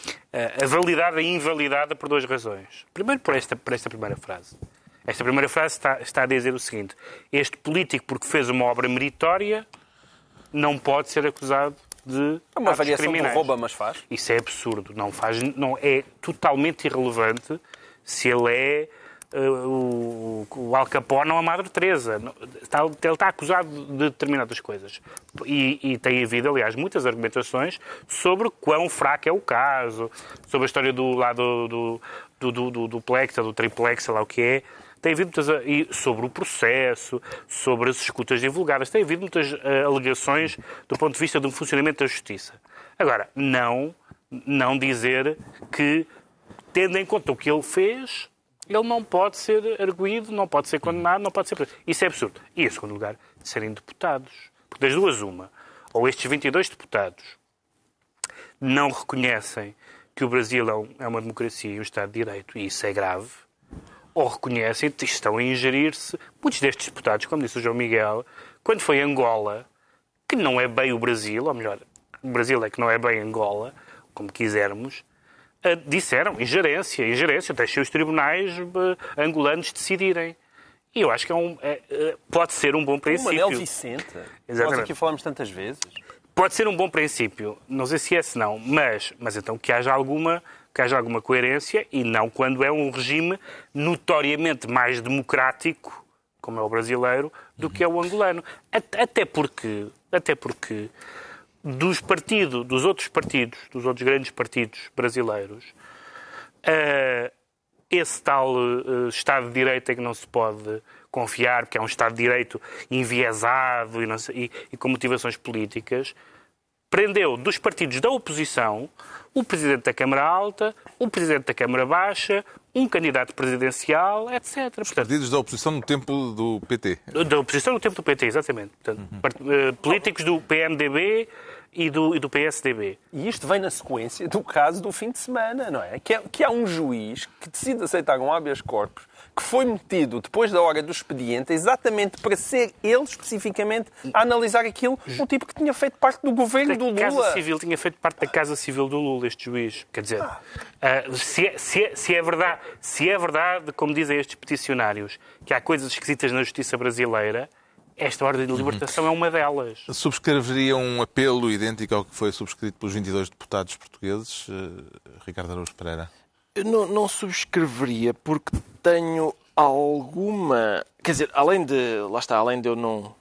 a validade é invalidada por duas razões. Primeiro, por esta, por esta primeira frase. Esta primeira frase está, está a dizer o seguinte: este político, porque fez uma obra meritória, não pode ser acusado de é uma atos variação criminais. Do rouba, mas faz. Isso é absurdo. Não faz, não, é totalmente irrelevante se ele é uh, o, o Al Capone ou a Madre Teresa. Está, ele está acusado de determinadas coisas. E, e tem havido, aliás, muitas argumentações sobre quão fraco é o caso, sobre a história do lado do, do, do, do duplex, do triplex, sei lá o que é. Tem havido muitas, e sobre o processo, sobre as escutas divulgadas, tem havido muitas uh, alegações do ponto de vista do funcionamento da justiça. Agora, não, não dizer que, tendo em conta o que ele fez, ele não pode ser arguído, não pode ser condenado, não pode ser preso. Isso é absurdo. E, em segundo lugar, de serem deputados. Porque das duas, uma. Ou estes vinte e dois deputados não reconhecem que o Brasil é uma democracia e um Estado de Direito, e isso é grave, ou reconhecem que estão a ingerir-se. Muitos destes deputados, como disse o João Miguel, quando foi Angola, que não é bem o Brasil, ou melhor, o Brasil é que não é bem Angola, como quisermos, disseram ingerência, ingerência, deixem os tribunais angolanos decidirem. E eu acho que é um, é, pode ser um bom princípio. O Manel Vicente, Exatamente. Nós aqui falamos tantas vezes. Pode ser um bom princípio, não sei se é se não, mas, mas então que haja, alguma, que haja alguma coerência e não quando é um regime notoriamente mais democrático, como é o brasileiro, do que é o angolano. Até porque, até porque dos partidos, dos outros partidos, dos outros grandes partidos brasileiros, uh, esse tal uh, Estado de Direito é que não se pode confiar, porque é um Estado de Direito enviesado e, não sei, e, e com motivações políticas, prendeu dos partidos da oposição o Presidente da Câmara Alta, o Presidente da Câmara Baixa, um candidato presidencial, etcétera. Os partidos da oposição no tempo do P T. Da oposição no tempo do P T, exatamente. Portanto, uhum. Políticos do P M D B e do, e do P S D B. E isto vem na sequência do caso do fim de semana, não é? Que, é, que há um juiz que decide aceitar um habeas corpus que foi metido depois da hora do expediente exatamente para ser ele especificamente a analisar aquilo, um tipo que tinha feito parte do governo do Lula. A Casa Civil tinha feito parte da Casa Civil do Lula, este juiz. Quer dizer, ah. uh, se, é, se, é, se, é verdade, se é verdade, como dizem estes peticionários, que há coisas esquisitas na justiça brasileira, esta ordem de libertação uhum. é uma delas. Subscreveria um apelo idêntico ao que foi subscrito pelos vinte e dois deputados portugueses, uh, Ricardo Araújo Pereira? Eu não, não subscreveria porque tenho alguma... Quer dizer, além de... Lá está, além de eu não...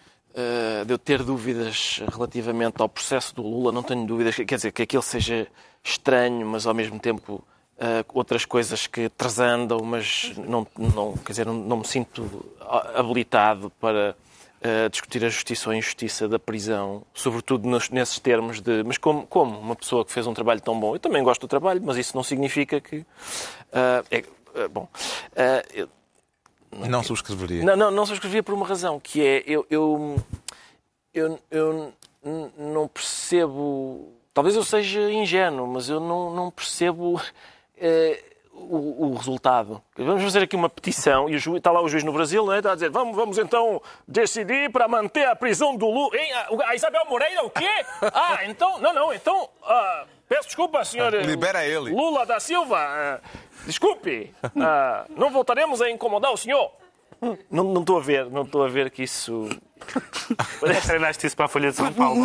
Uh, de eu ter dúvidas relativamente ao processo do Lula, não tenho dúvidas, quer dizer, que aquilo seja estranho, mas ao mesmo tempo uh, outras coisas que transandam, mas não, não, quer dizer, não, não me sinto habilitado para uh, discutir a justiça ou a injustiça da prisão, sobretudo nos, nesses termos de... Mas como, como uma pessoa que fez um trabalho tão bom, eu também gosto do trabalho, mas isso não significa que... Uh, é, uh, bom... Uh, eu, Não subscreveria. Não, não, não subscreveria por uma razão, que é, eu, eu, eu, eu não percebo, talvez eu seja ingênuo, mas eu não, não percebo eh, o, o resultado. Vamos fazer aqui uma petição, e o juiz, está lá o juiz no Brasil, não é? Está a dizer, vamos, vamos então decidir para manter a prisão do Lula. Hein? A Isabel Moreira, o quê? Ah, então, não, não, então, ah, peço desculpa, senhor Libera ele. Lula da Silva, ah, desculpe, ah, não voltaremos a incomodar o senhor. Não, não estou a ver, não estou a ver que isso... Parece... Treinaste isso para a Folha de São Paulo.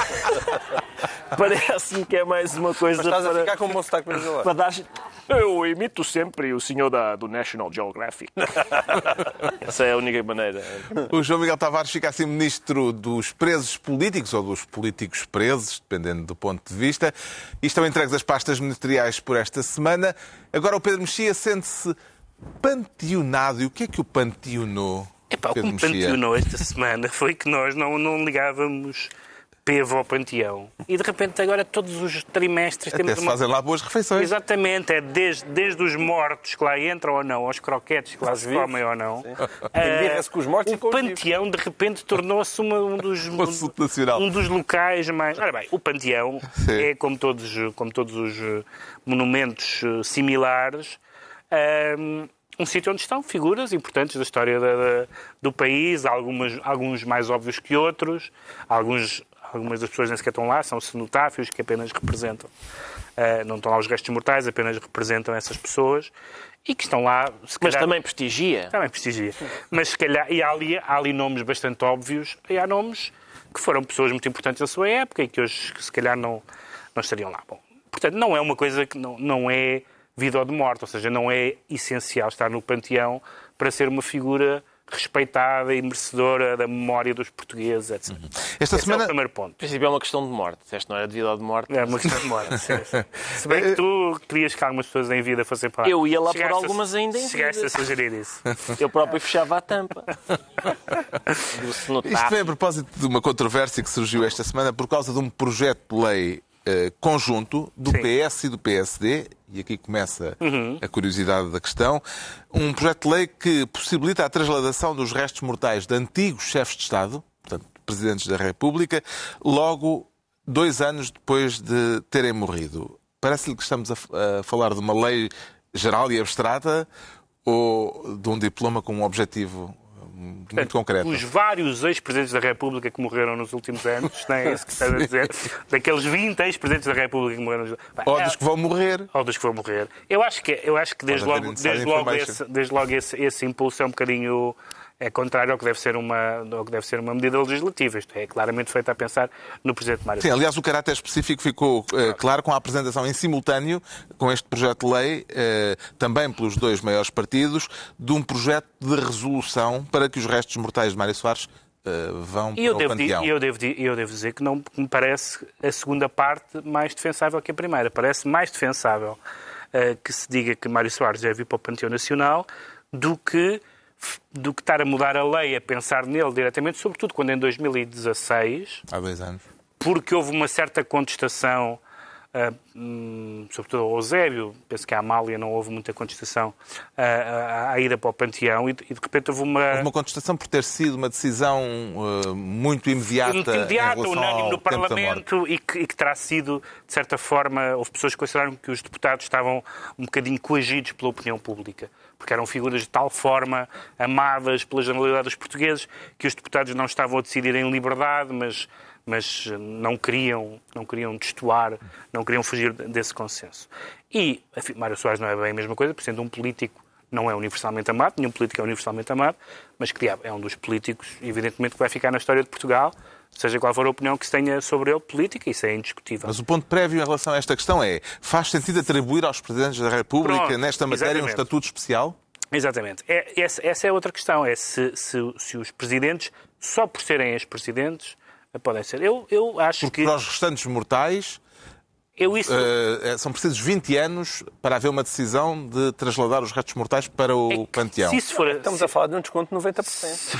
Parece-me que é mais uma coisa... Mas estás para... a ficar com um bom sotaque brasileiro. Para dar... Eu imito sempre o senhor da, do National Geographic. Essa é a única maneira. O João Miguel Tavares fica assim ministro dos presos políticos ou dos políticos presos, dependendo do ponto de vista. E estão entregues as pastas ministeriais por esta semana. Agora o Pedro Mexia sente-se panteonado. E o que é que o panteonou? Epá, o que me panteonou esta semana foi que nós não, não ligávamos pevo ao panteão. E de repente agora todos os trimestres... Até temos se uma... fazem lá boas refeições. Exatamente, é desde, desde os mortos que lá entram ou não, aos croquetes que lá se comem ou não. Uh, com os mortos o e com panteão de repente tornou-se uma, um, dos, um, um dos locais mais... Ora bem, o panteão Sim. é como todos, como todos os monumentos similares... Um, um sítio onde estão figuras importantes da história da, da, do país, algumas, alguns mais óbvios que outros, alguns, algumas das pessoas nem sequer estão lá, são cenotáfios que apenas representam, uh, não estão lá os restos mortais, apenas representam essas pessoas e que estão lá... Se Mas calhar, também prestigia. Também prestigia. Mas se calhar, e há ali, há ali nomes bastante óbvios, e há nomes que foram pessoas muito importantes da sua época e que hoje se calhar não, não estariam lá. Bom, portanto, não é uma coisa que não, não é... vida ou de morte, ou seja, não é essencial estar no panteão para ser uma figura respeitada e merecedora da memória dos portugueses, etcétera. Esta Esse semana... é o primeiro ponto. Em princípio é uma questão de morte. Esta não era de vida ou de morte. É uma questão de morte. Se bem que tu querias que algumas pessoas em vida fossem para... Eu ia lá por algumas ainda em vida. Chegaste a sugerir isso. Eu próprio fechava a tampa. Isto vem a propósito de uma controvérsia que surgiu esta semana por causa de um projeto de lei Uh, conjunto do Sim. P S e do P S D, e aqui começa uhum. a curiosidade da questão, um projeto de lei que possibilita a transladação dos restos mortais de antigos chefes de Estado, portanto, presidentes da República, logo dois anos depois de terem morrido. parece-lhe que estamos a, a falar de uma lei geral e abstrata ou de um diploma com um objetivo muito Portanto, concreto? Os vários ex-presidentes da República que morreram nos últimos anos, não é isso que estás a dizer? Daqueles vinte ex-presidentes da República que morreram nos últimos anos. Ou dos que vão morrer. Ou dos que vão morrer. Eu acho que, eu acho que desde logo, desde logo, esse, desde logo esse, esse impulso é um bocadinho... é contrário ao que deve ser uma, ao que deve ser uma medida legislativa. Isto é claramente feito a pensar no Presidente Mário Sim, Soares. aliás, o caráter específico ficou eh, claro com a apresentação em simultâneo, com este projeto de lei, eh, também pelos dois maiores partidos, de um projeto de resolução para que os restos mortais de Mário Soares eh, vão e eu para o devo, panteão. E eu devo, eu devo dizer que não que me parece a segunda parte mais defensável que a primeira. Parece mais defensável uh, que se diga que Mário Soares deve ir para o Panteão Nacional do que do que estar a mudar a lei, a pensar nele diretamente, sobretudo quando em dois mil e dezasseis... Há dois anos. Porque houve uma certa contestação, uh, um, sobretudo ao Eusébio, penso que a Amália não houve muita contestação uh, à, à ida para o Panteão, e, e de repente houve uma... Houve uma contestação por ter sido uma decisão uh, muito imediata, muito imediata, em unânime no Parlamento, e que, e que terá sido, de certa forma, houve pessoas que consideraram que os deputados estavam um bocadinho coagidos pela opinião pública, porque eram figuras de tal forma amadas pela generalidade dos portugueses que os deputados não estavam a decidir em liberdade, mas, mas não queriam, não queriam destoar, não queriam fugir desse consenso. E enfim, Mário Soares não é bem a mesma coisa, por sendo um político não é universalmente amado, nenhum político é universalmente amado, mas que é um dos políticos, evidentemente, que vai ficar na história de Portugal, seja qual for a opinião que se tenha sobre ele política, isso é indiscutível. Mas o ponto prévio em relação a esta questão é, faz sentido atribuir aos Presidentes da República, Pronto, nesta matéria, exatamente. um estatuto especial? Exatamente. É, essa, essa é outra questão, é se, se, se os Presidentes, só por serem ex-presidentes, podem ser. Eu, eu acho Porque que... para os restantes mortais... Eu isso... Uh, são precisos vinte anos para haver uma decisão de trasladar os restos mortais para o é Panteão. Se isso for... Estamos se... a falar de um desconto de noventa por cento.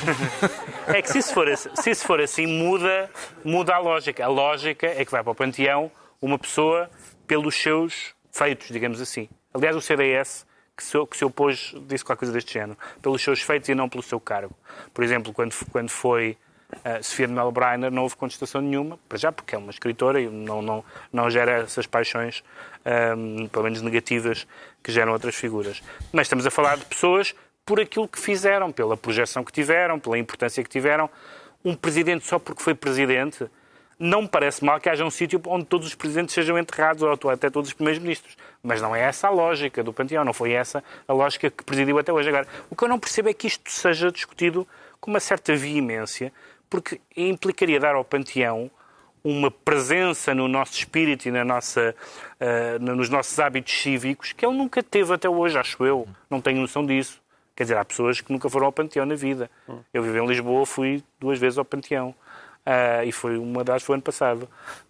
É que se isso for, se isso for assim, muda, muda a lógica. A lógica é que vai para o Panteão uma pessoa pelos seus feitos, digamos assim. Aliás, o C D S, que se, que se opôs, disse qualquer coisa deste género, pelos seus feitos e não pelo seu cargo. Por exemplo, quando, quando foi... Uh, Sofia de Mello Brainer, não houve contestação nenhuma, para já porque é uma escritora e não, não, não gera essas paixões, um, pelo menos negativas, que geram outras figuras. Mas estamos a falar de pessoas por aquilo que fizeram, pela projeção que tiveram, pela importância que tiveram. Um presidente só porque foi presidente, não me parece mal que haja um sítio onde todos os presidentes sejam enterrados, ou até todos os primeiros-ministros. Mas não é essa a lógica do Panteão, não foi essa a lógica que presidiu até hoje. Agora, o que eu não percebo é que isto seja discutido com uma certa veemência, porque implicaria dar ao Panteão uma presença no nosso espírito e na nossa, uh, nos nossos hábitos cívicos que ele nunca teve até hoje, acho eu. Não tenho noção disso. Quer dizer, há pessoas que nunca foram ao Panteão na vida. Eu vivi em Lisboa, fui duas vezes ao Panteão. Uh, e foi uma das foi ano passado.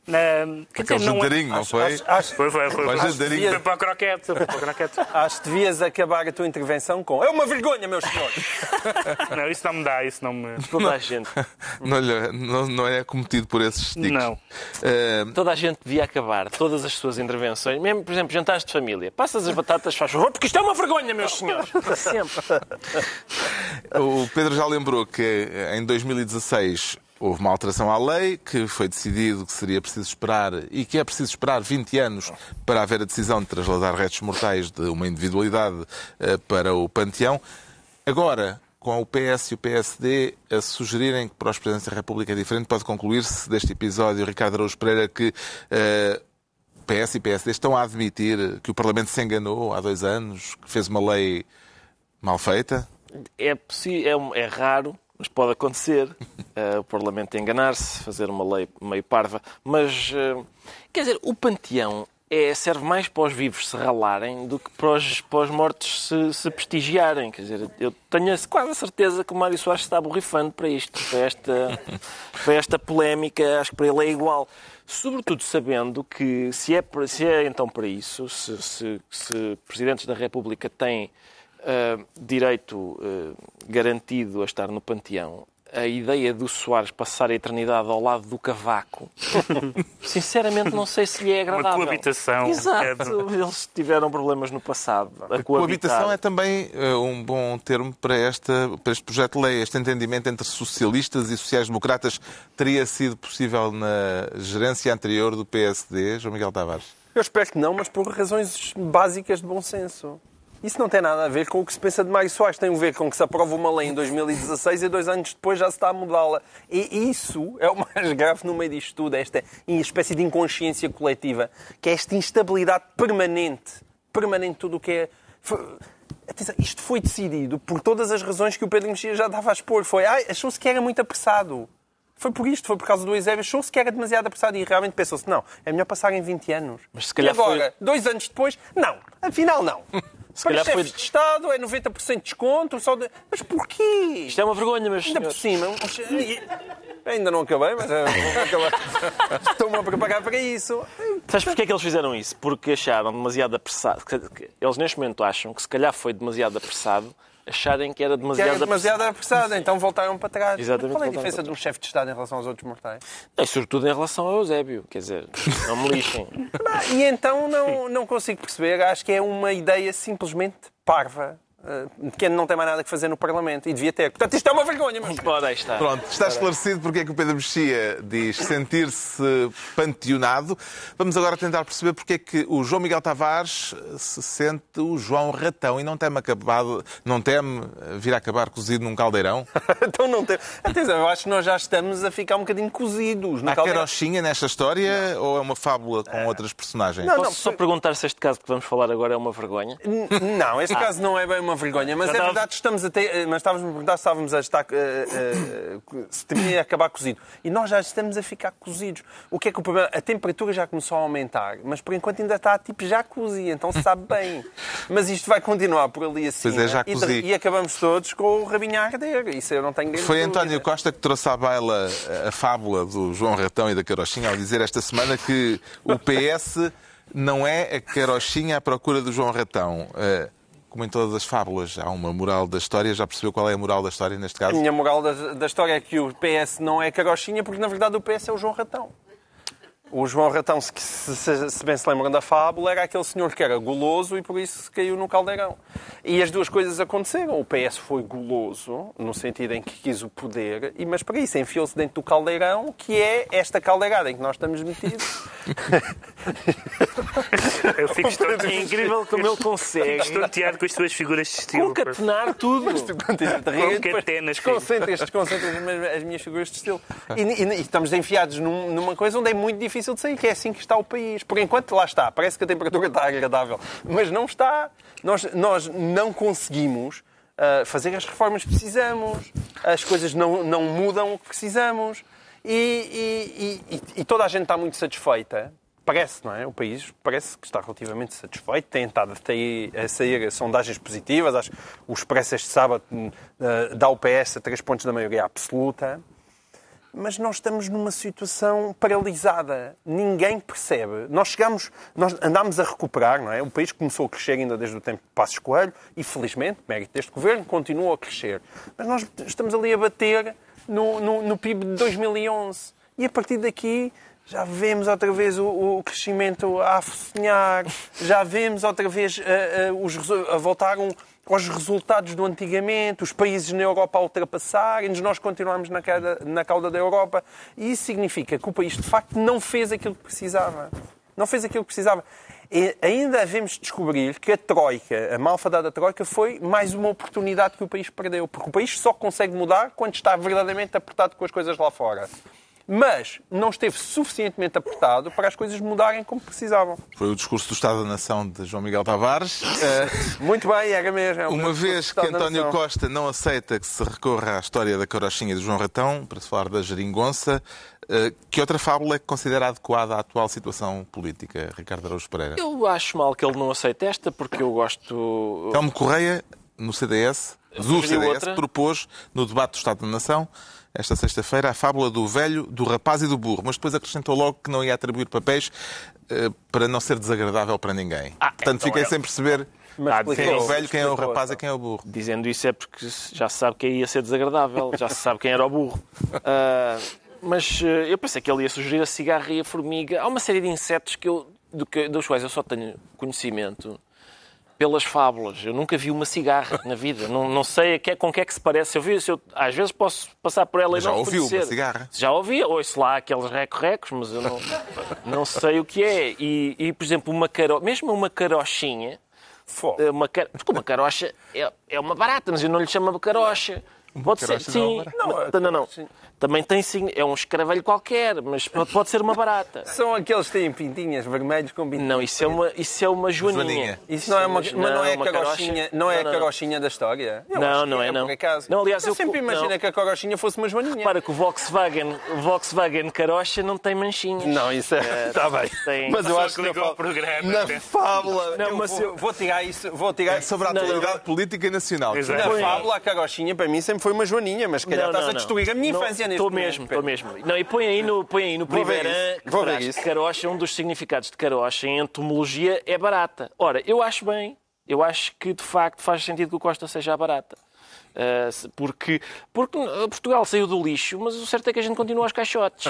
Uh, Aquele jantarinho, não, não foi? Acho, acho, foi, foi, foi, foi, foi, jantarinho. foi para o croquete. Foi para o croquete. Acho que devias acabar a tua intervenção com: é uma vergonha, meus senhores! Não, isso não me dá, isso não me... Toda a gente. Não, não, não é cometido por esses tiques. Não. Uh... Toda a gente devia acabar todas as suas intervenções, mesmo, por exemplo, jantares de família. Passas as batatas, faz favor, porque isto é uma vergonha, meus senhores. Para sempre. O Pedro já lembrou que em dois mil e dezasseis houve uma alteração à lei, que foi decidido que seria preciso esperar, e que é preciso esperar vinte anos para haver a decisão de trasladar restos mortais de uma individualidade uh, para o Panteão. Agora, com o P S e o P S D a sugerirem que para os Presidentes da República é diferente, pode concluir-se deste episódio, Ricardo Araújo Pereira, que uh, P S e P S D estão a admitir que o Parlamento se enganou há dois anos, que fez uma lei mal feita? É, é, é raro, mas pode acontecer. Uh, o Parlamento enganar-se, fazer uma lei meio parva. Mas, uh, quer dizer, o Panteão é, serve mais para os vivos se ralarem do que para os, para os mortos se, se prestigiarem. Quer dizer, eu tenho quase a certeza que o Mário Soares está borrifando para isto, para esta, para esta polémica. Acho que para ele é igual. Sobretudo sabendo que, se é, se é então para isso, se, se, se presidentes da República têm uh, direito uh, garantido a estar no Panteão, a ideia do Soares passar a eternidade ao lado do Cavaco, sinceramente não sei se lhe é agradável. Uma coabitação. Exato. Eles tiveram problemas no passado. A, a coabitação é também uh, um bom termo para, esta, para este projeto de lei. Este entendimento entre socialistas e sociais-democratas teria sido possível na gerência anterior do P S D, João Miguel Tavares? Eu espero que não, mas por razões básicas de bom senso. Isso não tem nada a ver com o que se pensa de Mário Soares. Tem a ver com que se aprova uma lei em dois mil e dezasseis e dois anos depois já se está a mudá-la. E isso é o mais grave no meio disto tudo, esta espécie de inconsciência coletiva, que é esta instabilidade permanente, permanente tudo o que é... Atenção, isto foi decidido por todas as razões que o Pedro Mexia já dava a expor. Foi, ah, achou-se que era muito apressado. Foi por isto, foi por causa do Eusébio. Achou-se que era demasiado apressado e realmente pensou-se, não, é melhor passar em vinte anos. Mas se calhar e agora, foi... dois anos depois, não, afinal não. Se Para calhar chefes foi... de Estado é noventa por cento de desconto. Só de... Mas porquê? Isto é uma vergonha, mas... Ainda por cima... Ainda não acabei, mas estou-me a preparar para isso. Sabes porquê é que eles fizeram isso? Porque acharam demasiado apressado. Eles neste momento acham que se calhar foi demasiado apressado acharem que era demasiado, que era demasiado apressado, então voltaram para trás. Exatamente. Qual é a diferença de um chefe de Estado em relação aos outros mortais? É, sobretudo em relação ao Eusébio. Quer dizer, não me lixem. E então não, não consigo perceber. Acho que é uma ideia simplesmente parva. Que não tem mais nada que fazer no Parlamento. E devia ter. Portanto, isto é uma vergonha. Mas... Pode, aí está. Pronto, está esclarecido porque é que o Pedro Mexia diz sentir-se panteonado. Vamos agora tentar perceber porque é que o João Miguel Tavares se sente o João Ratão e não teme, acabado, não teme vir a acabar cozido num caldeirão. Então não tem. Atenção, eu acho que nós já estamos a ficar um bocadinho cozidos no Há caldeirão. carochinha nesta história ou é uma fábula com outras personagens? Não, Posso não, só foi- perguntar se este caso que vamos falar agora é uma vergonha? N- Não, este caso não é bem uma vergonha, mas Já é estava- verdade que estamos a ter, mas estávamos a perguntar se estávamos a estar, eh, eh, se teria a acabar cozido. E nós já estamos a ficar cozidos. O que é que o problema? A temperatura já começou a aumentar, mas por enquanto ainda está tipo jacuzzi, então se sabe bem. Mas isto vai continuar por ali assim. Pois é, jacuzzi. E, e acabamos todos com o rabinho a arder. Isso eu não tenho grande Foi dúvida. António Costa que trouxe à baila a fábula do João Ratão e da carochinha ao dizer esta semana que o P S não é a carochinha à procura do João Ratão. Eh, Como em todas as fábulas, há uma moral da história. Já percebeu qual é a moral da história neste A caso? minha moral da, da história é que o P S não é carochinha, porque na verdade o P S é o João Ratão. O João Ratão, se, se, se bem se lembram da fábula, era aquele senhor que era goloso e por isso caiu no caldeirão. E as duas coisas aconteceram. O P S foi goloso, no sentido em que quis o poder, e, mas para isso enfiou-se dentro do caldeirão, que é esta caldeirada em que nós estamos metidos. Eu fico estonteado. É incrível como ele consegue estonteado com as suas figuras de estilo. concatenar tudo. Concatenas, Desconcentras, desconcentras as, as minhas figuras de estilo. E, e, e estamos enfiados num, numa coisa onde é muito difícil de sair, que é assim que está o país. Por enquanto, lá está. Parece que a temperatura está agradável. Mas não está. Nós, nós não conseguimos uh, fazer as reformas que precisamos. As coisas não, não mudam o que precisamos. E, e, e, e toda a gente está muito satisfeita. Parece, não é? O país parece que está relativamente satisfeito. Tem estado a sair, a sair sondagens positivas. Acho que o Expresso este sábado uh, dá o P S a três pontos da maioria absoluta. Mas nós estamos numa situação paralisada. Ninguém percebe. Nós chegamos, nós andámos a recuperar, não é? O país começou a crescer ainda desde o tempo de Passos Coelho e, felizmente, mérito deste governo, continua a crescer. Mas nós estamos ali a bater no, no, no P I B de dois mil e onze. E, a partir daqui, já vemos outra vez o, o crescimento a afocinhar, já vemos outra vez a, a, os, a voltar um, aos resultados do antigamente, os países na Europa a ultrapassarem-nos, nós continuamos na, queda, na cauda da Europa. E isso significa que o país, de facto, não fez aquilo que precisava. Não fez aquilo que precisava. E ainda devemos descobrir que a Troika, a malfadada Troika, foi mais uma oportunidade que o país perdeu. Porque o país só consegue mudar quando está verdadeiramente apertado com as coisas lá fora. Mas não esteve suficientemente apertado para as coisas mudarem como precisavam. Foi o discurso do Estado da Nação de João Miguel Tavares. Muito bem, era mesmo. É Uma vez que António Costa Costa não aceita que se recorra à história da carochinha de João Ratão, para se falar da geringonça, que outra fábula é que considera adequada à atual situação política, Ricardo Araújo Pereira? Eu acho mal que ele não aceite esta, porque eu gosto... Telmo Correia, no C D S, do C D S, outra. propôs no debate do Estado da Nação, esta sexta-feira, a fábula do velho, do rapaz e do burro, mas depois acrescentou logo que não ia atribuir papéis uh, para não ser desagradável para ninguém. Ah, Portanto, então fiquei é- sem perceber Mas quem é o explicou, velho, quem é o explicou, rapaz e então. quem é o burro. Dizendo isso é porque já se sabe quem ia ser desagradável, já se sabe quem era o burro. Ah, mas ah, eu pensei que ele ia sugerir a cigarra e a formiga. Há uma série de insetos que eu, do que, dos quais eu só tenho conhecimento. pelas fábulas. Eu nunca vi uma cigarra na vida. Não, não sei a que, com que é que se parece. Eu vi, se eu, às vezes posso passar por ela e já não ouviu reconhecer. uma cigarra? Já ouvi. Ouço lá aqueles reco-recos, mas eu não, não sei o que é. E, e por exemplo, uma caro... mesmo uma carochinha... Uma, car... Porque uma carocha é, é uma barata, mas eu não lhe chamo carocha. Pode ser, sim. Não, não, não. Também tem sim, é um escaravelho qualquer, mas pode ser uma barata. São aqueles que têm pintinhas vermelhos com pintinhas. Não, isso é uma, isso é uma joaninha. joaninha. Isso não é uma, mas não é a carochinha, não é a carochinha da história. Eu não, não é, não. Por acaso. Não, aliás, eu, eu sempre imaginei que a carochinha fosse uma joaninha. Repara que o Volkswagen, o Volkswagen carocha não tem manchinhas. Não, isso é. Está bem. Tem... Mas eu acho que ligou ao programa. Na fábula. Não, mas vou, eu vou tirar isso. Vou tirar é sobre a atualidade política e nacional. Na fábula, a carochinha para mim sempre foi uma joaninha, mas se calhar estás a destruir a minha infância neste momento. Estou mesmo, estou mesmo. Não, e põe aí no, põe aí no primeiro que traz carocha, um dos significados de carocha em entomologia é barata. Ora, eu acho bem, eu acho que de facto faz sentido que o Costa seja barata. Uh, porque, porque Portugal saiu do lixo, mas o certo é que a gente continua aos caixotes.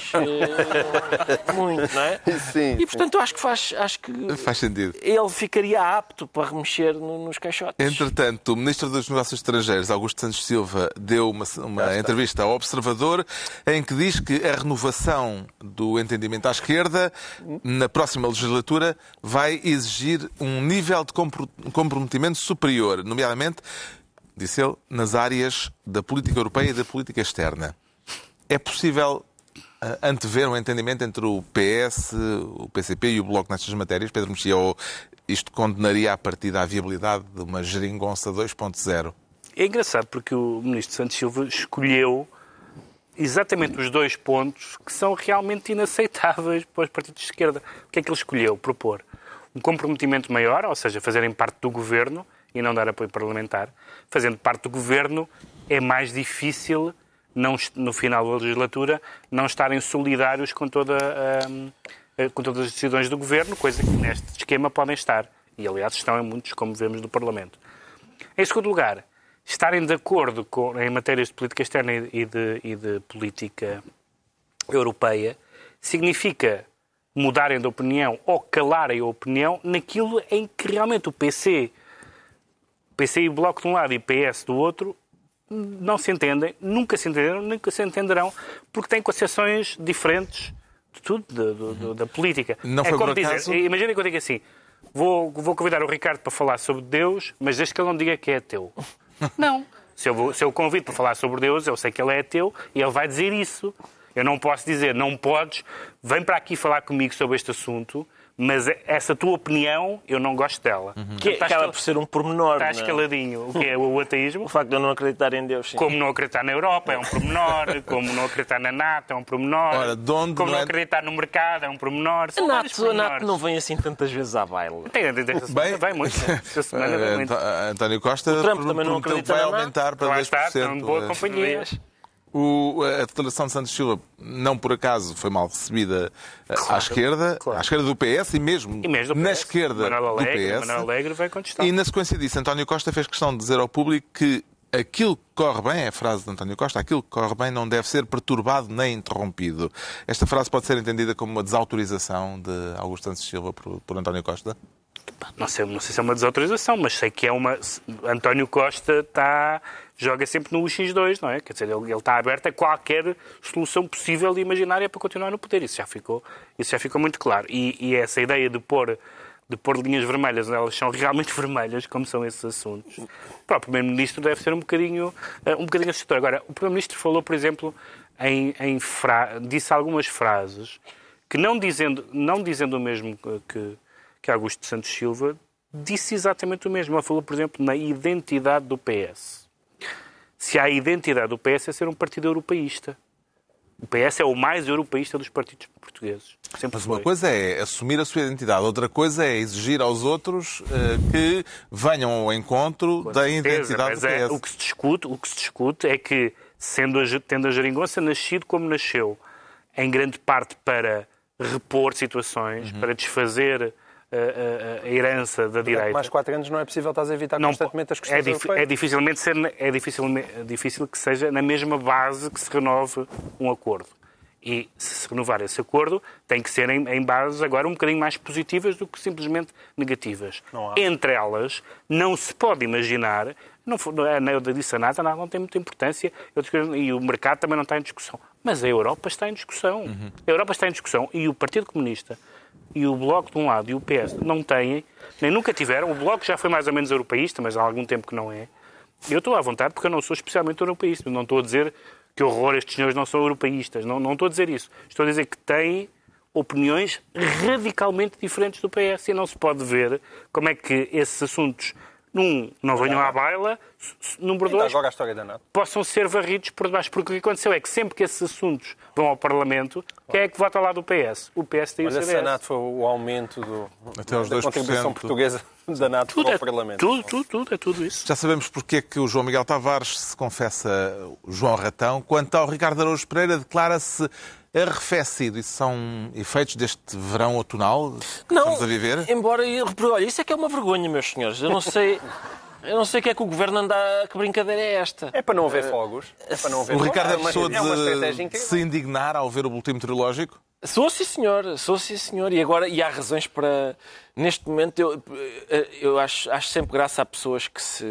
Uh, muito, não é? Sim, e portanto eu acho que faz, acho que faz sentido. Ele ficaria apto para remexer no, nos caixotes. Entretanto, o Ministro dos Negócios Estrangeiros, Augusto Santos Silva, deu uma, uma entrevista ao Observador em que diz que a renovação do entendimento à esquerda na próxima legislatura vai exigir um nível de comprometimento superior, nomeadamente, disse ele, nas áreas da política europeia e da política externa. É possível uh, antever um entendimento entre o P S, o P C P e o Bloco nestas matérias? Pedro Mexia, ou isto condenaria a partida a viabilidade de uma geringonça dois ponto zero? É engraçado porque o Ministro Santos Silva escolheu exatamente os dois pontos que são realmente inaceitáveis para os partidos de esquerda. O que é que ele escolheu propor? Um comprometimento maior, ou seja, fazerem parte do governo e não dar apoio parlamentar. Fazendo parte do governo, é mais difícil, não, no final da legislatura, não estarem solidários com, toda, um, com todas as decisões do governo, coisa que neste esquema podem estar. E, aliás, estão em muitos, como vemos, do Parlamento. Em segundo lugar, estarem de acordo com, em matérias de política externa e de, e de política europeia significa mudarem de opinião ou calarem a opinião naquilo em que realmente o P C... P C e Bloco de um lado e P S do outro não se entendem, nunca se entenderam, nunca se entenderão, porque têm concepções diferentes de tudo, de, de, de, da política. Não é foi como por acaso... dizer, imagina que eu digo assim, vou, vou convidar o Ricardo para falar sobre Deus, mas desde que ele não diga que é ateu. Não. Se eu, vou, se eu o convido para falar sobre Deus, eu sei que ele é ateu e ele vai dizer isso. Eu não posso dizer, não podes, vem para aqui falar comigo sobre este assunto, mas essa tua opinião, eu não gosto dela. Uhum. Que acaba escal... por ser um pormenor. Está não? escaladinho. O que é o ateísmo? O facto de eu não acreditar em Deus. Sim. Como não acreditar na Europa é um pormenor. Como não acreditar na NATO é um pormenor. Ora, de onde como não, não é... acreditar no mercado é um pormenor. A NATO, a NATO não vem assim tantas vezes à baila. Tem, tem, tem, Bem, vai muito. Esta semana vai muito. António Costa o Trump também não acredita vai na aumentar para Lá dez por cento. está, estão de boa companhia. O, a declaração de Santos Silva, não por acaso, foi mal recebida claro, à esquerda, claro. à esquerda do P S e mesmo, e mesmo na P S. esquerda Manuel Alegre, do P S. Manuel Alegre vai contestar. E na sequência disso, António Costa fez questão de dizer ao público que aquilo que corre bem, é a frase de António Costa, aquilo que corre bem não deve ser perturbado nem interrompido. Esta frase pode ser entendida como uma desautorização de Augusto Santos Silva por, por António Costa? Não sei, não sei se é uma desautorização, mas sei que é uma... António Costa está... joga sempre no X dois, não é? Quer dizer, ele, ele está aberto a qualquer solução possível e imaginária para continuar no poder. Isso já ficou, isso já ficou muito claro. E, e essa ideia de pôr, de pôr linhas vermelhas, elas são realmente vermelhas, como são esses assuntos. O próprio Primeiro-Ministro deve ser um bocadinho, um bocadinho assustador. Agora, o Primeiro-Ministro falou, por exemplo, em, em fra... disse algumas frases que, não dizendo, não dizendo o mesmo que, que Augusto Santos Silva, disse exatamente o mesmo. Ele falou, por exemplo, na identidade do P S. Se há a identidade do P S é ser um partido europeísta. O P S é o mais europeísta dos partidos portugueses. Sempre Mas foi. uma coisa é assumir a sua identidade, outra coisa é exigir aos outros uh, que venham ao encontro Com da certeza, identidade mas do P S. É, o, que se discute, o que se discute é que, sendo a, tendo a geringonça nascido como nasceu, em grande parte para repor situações, uhum. para desfazer A, a, a herança da direita. Mais quatro anos não é possível, estás a evitar não, constantemente as questões é, dif, europeias. É dificilmente ser, é dificilmente, é difícil que seja na mesma base que se renove um acordo. E se renovar esse acordo, tem que ser em, em bases agora um bocadinho mais positivas do que simplesmente negativas. Entre elas, não se pode imaginar, não, eu disse a NASA, nada não tem muita importância, e o mercado também não está em discussão. Mas a Europa está em discussão. Uhum. A Europa está em discussão e o Partido Comunista e o Bloco de um lado e o P S não têm, nem nunca tiveram. O Bloco já foi mais ou menos europeísta, mas há algum tempo que não é. Eu estou à vontade porque eu não sou especialmente europeísta. Não estou a dizer que horror, estes senhores não são europeístas. Não, não estou a dizer isso. Estou a dizer que têm opiniões radicalmente diferentes do P S e não se pode ver como é que esses assuntos, num, não venham à baila, número dois, agora a história da NATO, possam ser varridos por debaixo. Porque o que aconteceu é que sempre que esses assuntos vão ao Parlamento, quem é que vota lá do P S? O P S tem o C D S. Olha, se a NATO foi o aumento do, Até aos da dois por cento. Contribuição portuguesa da NATO tudo para é, o Parlamento. Tudo, tudo, tudo, é tudo isso. Já sabemos porque é que o João Miguel Tavares se confessa João Ratão. Quanto ao Ricardo Araújo Pereira, declara-se arrefecido. Isso são efeitos deste verão outonal que não, estamos a viver? Embora... Olha, isso é que é uma vergonha, meus senhores. Eu não sei... Eu não sei o que é que o Governo anda... Que brincadeira é esta? É para não haver fogos. É para não haver O fogos. Ricardo é uma- pessoa é uma estratégia de incrível. se indignar ao ver o boletim meteorológico? Sou sim, senhor. Sou sim, senhor. E agora, e há razões para... Neste momento, eu, eu acho, acho sempre graça a pessoas que se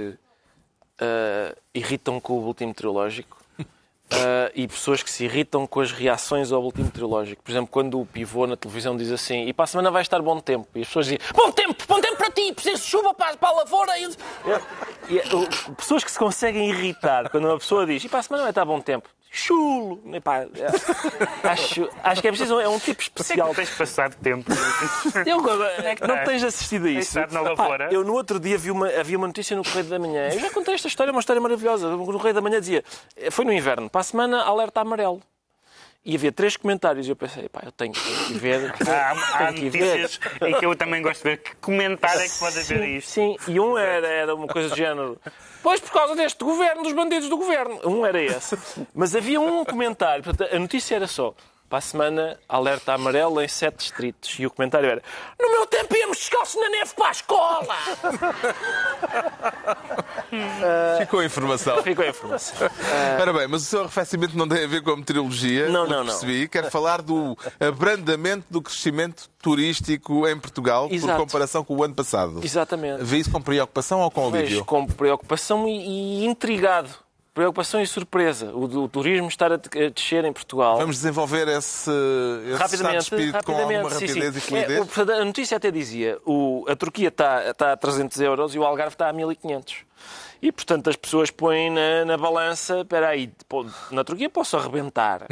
uh, irritam com o boletim meteorológico. Uh, e pessoas que se irritam com as reações ao boletim meteorológico. Por exemplo, quando o pivô na televisão diz assim, e para a semana vai estar bom tempo. E as pessoas dizem, bom tempo, bom tempo para ti, preciso de chuva para, para a lavoura. E, e, e, pessoas que se conseguem irritar quando uma pessoa diz, e para a semana vai estar bom tempo. Chulo! Epá, é, acho, acho que é preciso, é um tipo especial. É que tens passado tempo. Eu, não tens assistido a isso? Na lavoura. Pá, eu no outro dia vi uma, havia uma notícia no Correio da Manhã. Eu já contei esta história, é uma história maravilhosa. No Correio da Manhã dizia, foi no inverno, para a semana alerta amarelo. E havia três comentários e eu pensei, pá, eu tenho que ver. Há, há tenho que ver. notícias em que eu também gosto de ver. Que comentário é que pode haver isto? Sim, e um era, era uma coisa do género. Pois por causa deste governo, dos bandidos do governo. Um era esse. Mas havia um comentário. Portanto, a notícia era só. Para a semana, alerta amarelo em sete distritos. E o comentário era: no meu tempo íamos descalços na neve para a escola! Ficou a informação. Ficou a informação. Ora bem, mas o seu arrefecimento não tem a ver com a meteorologia. Não, pelo não, que não. percebi. Quero falar do abrandamento do crescimento turístico em Portugal Exato. por comparação com o ano passado. Exatamente. Vê isso com preocupação ou com alívio? Vejo com preocupação e, e intrigado. Preocupação e surpresa. O, o turismo estar a, a descer em Portugal. Vamos desenvolver esse, esse estado de espírito com alguma sim, rapidez sim. e fluidez? É, o, a notícia até dizia o, a Turquia está, está a trezentos euros e o Algarve está a mil e quinhentos. E, portanto, as pessoas põem na, na balança, espera aí, pô, na Turquia posso arrebentar, uh,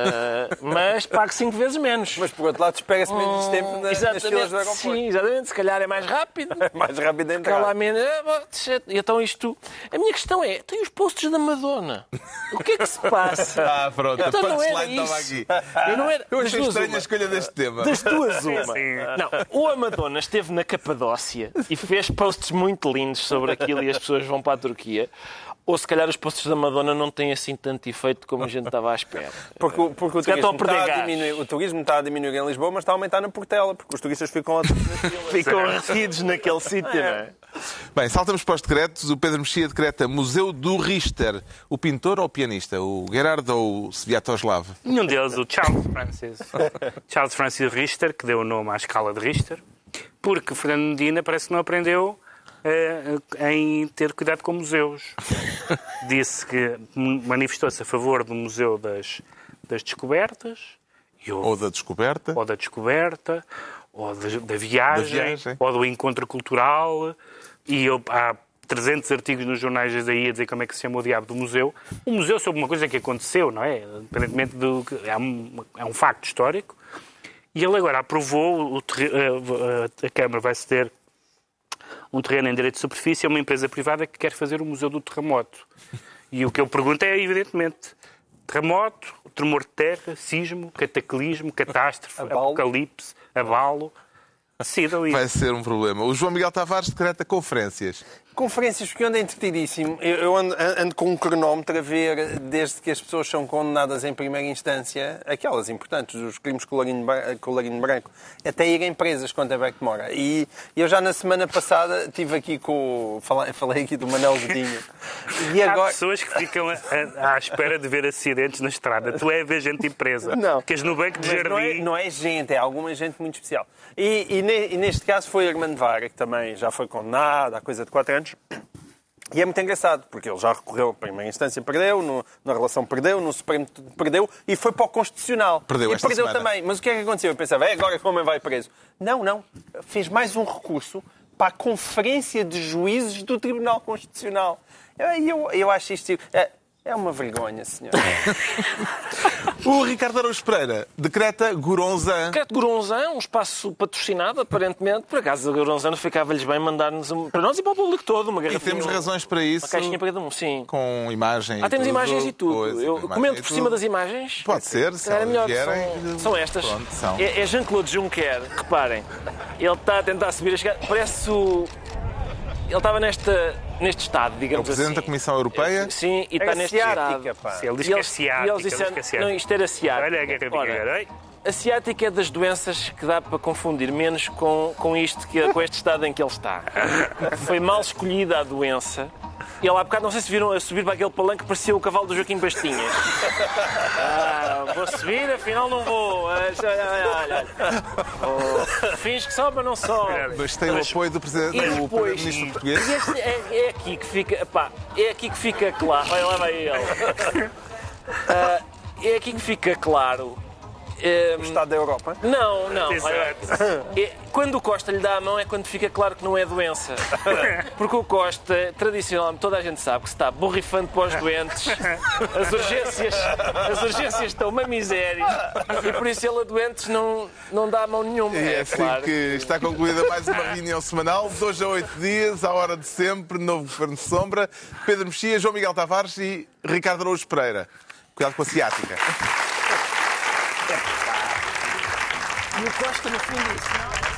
mas pago cinco vezes menos. Mas, por outro lado, espera-se menos tempo nas, nas filas do aeroporto. Sim, exatamente. Se calhar é mais rápido. Mais rápido a entrar. Lá menos. E então isto... A minha questão é, tem os posts da Madonna. O que é que se passa? Ah, pronto. Então a não era punchline estava isso. aqui. Eu, não era... Eu das achei duas estranha uma. a escolha deste tema. Das duas uma. Sim. Não, ou a Madonna esteve na Capadócia e fez posts muito lindos sobre aquilo e as pessoas vão para a Turquia, ou se calhar os posts da Madonna não têm assim tanto efeito como a gente estava à espera. Porque, o- porque o, Se calhar turismo estão a perder está a gás. diminuir, o turismo está a diminuir em Lisboa, mas está a aumentar na Portela, porque os turistas ficam a... Ficam retidos naquele sítio, não é? Bem, saltamos para os decretos. O Pedro Mexia decreta Museu do Richter. O pintor ou o pianista? O Gerard ou o Sviatoslav? Nenhum deles, o Charles Francis. Charles Francis Richter, que deu o nome à escala de Richter, porque o Fernando Medina parece que não aprendeu eh, em ter cuidado com museus. Disse que manifestou-se a favor do Museu das, das Descobertas, e houve- Ou da descoberta? ou da descoberta, ou da, da, viagem, Da viagem. ou do encontro cultural. E eu, há trezentos artigos nos jornais daí a dizer como é que se chama o diabo do museu. O museu sobre uma coisa que aconteceu, não é? Independentemente do que é um, é um facto histórico. E ele agora aprovou, o terre... a Câmara vai ceder um terreno em direito de superfície a uma empresa privada que quer fazer o Museu do Terremoto. E o que eu pergunto é, evidentemente, terremoto, tremor de terra, sismo, cataclismo, catástrofe, Abalo. apocalipse, abalo. Decidam isso. Vai ser um problema. O João Miguel Tavares decreta conferências. Conferências, porque eu ando entretidíssimo. Eu, eu ando, ando com um cronómetro a ver, desde que as pessoas são condenadas em primeira instância, aquelas importantes, os crimes colarinho branco, até irem presas quanto é que demora. E eu já na semana passada estive aqui com... Falei, falei aqui do Manel Godinho. E agora... Há pessoas que ficam à, à espera de ver acidentes na estrada. Tu é ver gente presa. Não. Ficas no banco de jardim. Não é, não é gente, é alguma gente muito especial. E, e, ne, e neste caso foi Armando Vara, que também já foi condenado há coisa de quatro anos. E é muito engraçado, porque ele já recorreu à primeira instância, perdeu, no, na relação perdeu, no Supremo perdeu e foi para o Constitucional. Perdeu e esta perdeu semana. também. Mas o que é que aconteceu? Eu pensava, é agora que o homem vai preso. Não, não. Fez mais um recurso para a Conferência de Juízes do Tribunal Constitucional. Eu, eu, eu acho isto... É, é uma vergonha, senhor. O Ricardo Araújo Pereira decreta Goronzan. Decreto Goronzan, um espaço patrocinado, aparentemente. Por acaso, a Goronzan ficava-lhes bem mandar-nos, um, para nós e para o público todo, uma E garrafinha. temos razões para isso. Uma caixinha para cada um, sim. Com imagem Ah, e temos tudo, imagens e tudo. coisa, Eu imagem comento e por tudo. cima das imagens. Pode ser, se Era elas melhor. vierem. São, são estas. Pronto, são. É, é Jean-Claude Juncker, reparem. Ele está a tentar subir a chegar. Parece o... Ele estava nesta, neste estado, digamos É o Presidente assim. da Comissão Europeia. Sim, e Era está neste asiática, estado. pá. Se ele diz E que é eles- ciática. e eles ele diz disseram, que é ciática. não, isto era ciática. Olha a garrafinha. Ora, Olha. a ciática é das doenças que dá para confundir menos com, com isto, que, com este estado em que ele está. Foi mal escolhida a doença. E ele há bocado, não sei se viram, a subir para aquele palanque, parecia o cavalo do Joaquim Bastinhas. Ah, vou subir, afinal não vou. Ah, Olha, olha, olha. Oh, finge que sobe, mas não sobe. Mas tem o apoio do Presidente, E do depois, Primeiro-Ministro português. e este é, é aqui que fica, pá, é aqui que fica claro. Olha, lá vai ele. Ah, é aqui que fica claro. O Estado da Europa. Não, não. Exato. Olha, é- quando o Costa lhe dá a mão é quando fica claro que não é doença. Porque o Costa, tradicionalmente, toda a gente sabe que se está borrifando para os doentes. As urgências, as urgências estão uma miséria. E por isso ele a doentes não, não dá a mão nenhuma. E é É assim claro. que está concluída mais uma reunião semanal, de dois a oito dias, à hora de sempre, novo Governo de Sombra. Pedro Mexia, João Miguel Tavares e Ricardo Araújo Pereira. Cuidado com a ciática. E o Costa, no fundo, disse, não.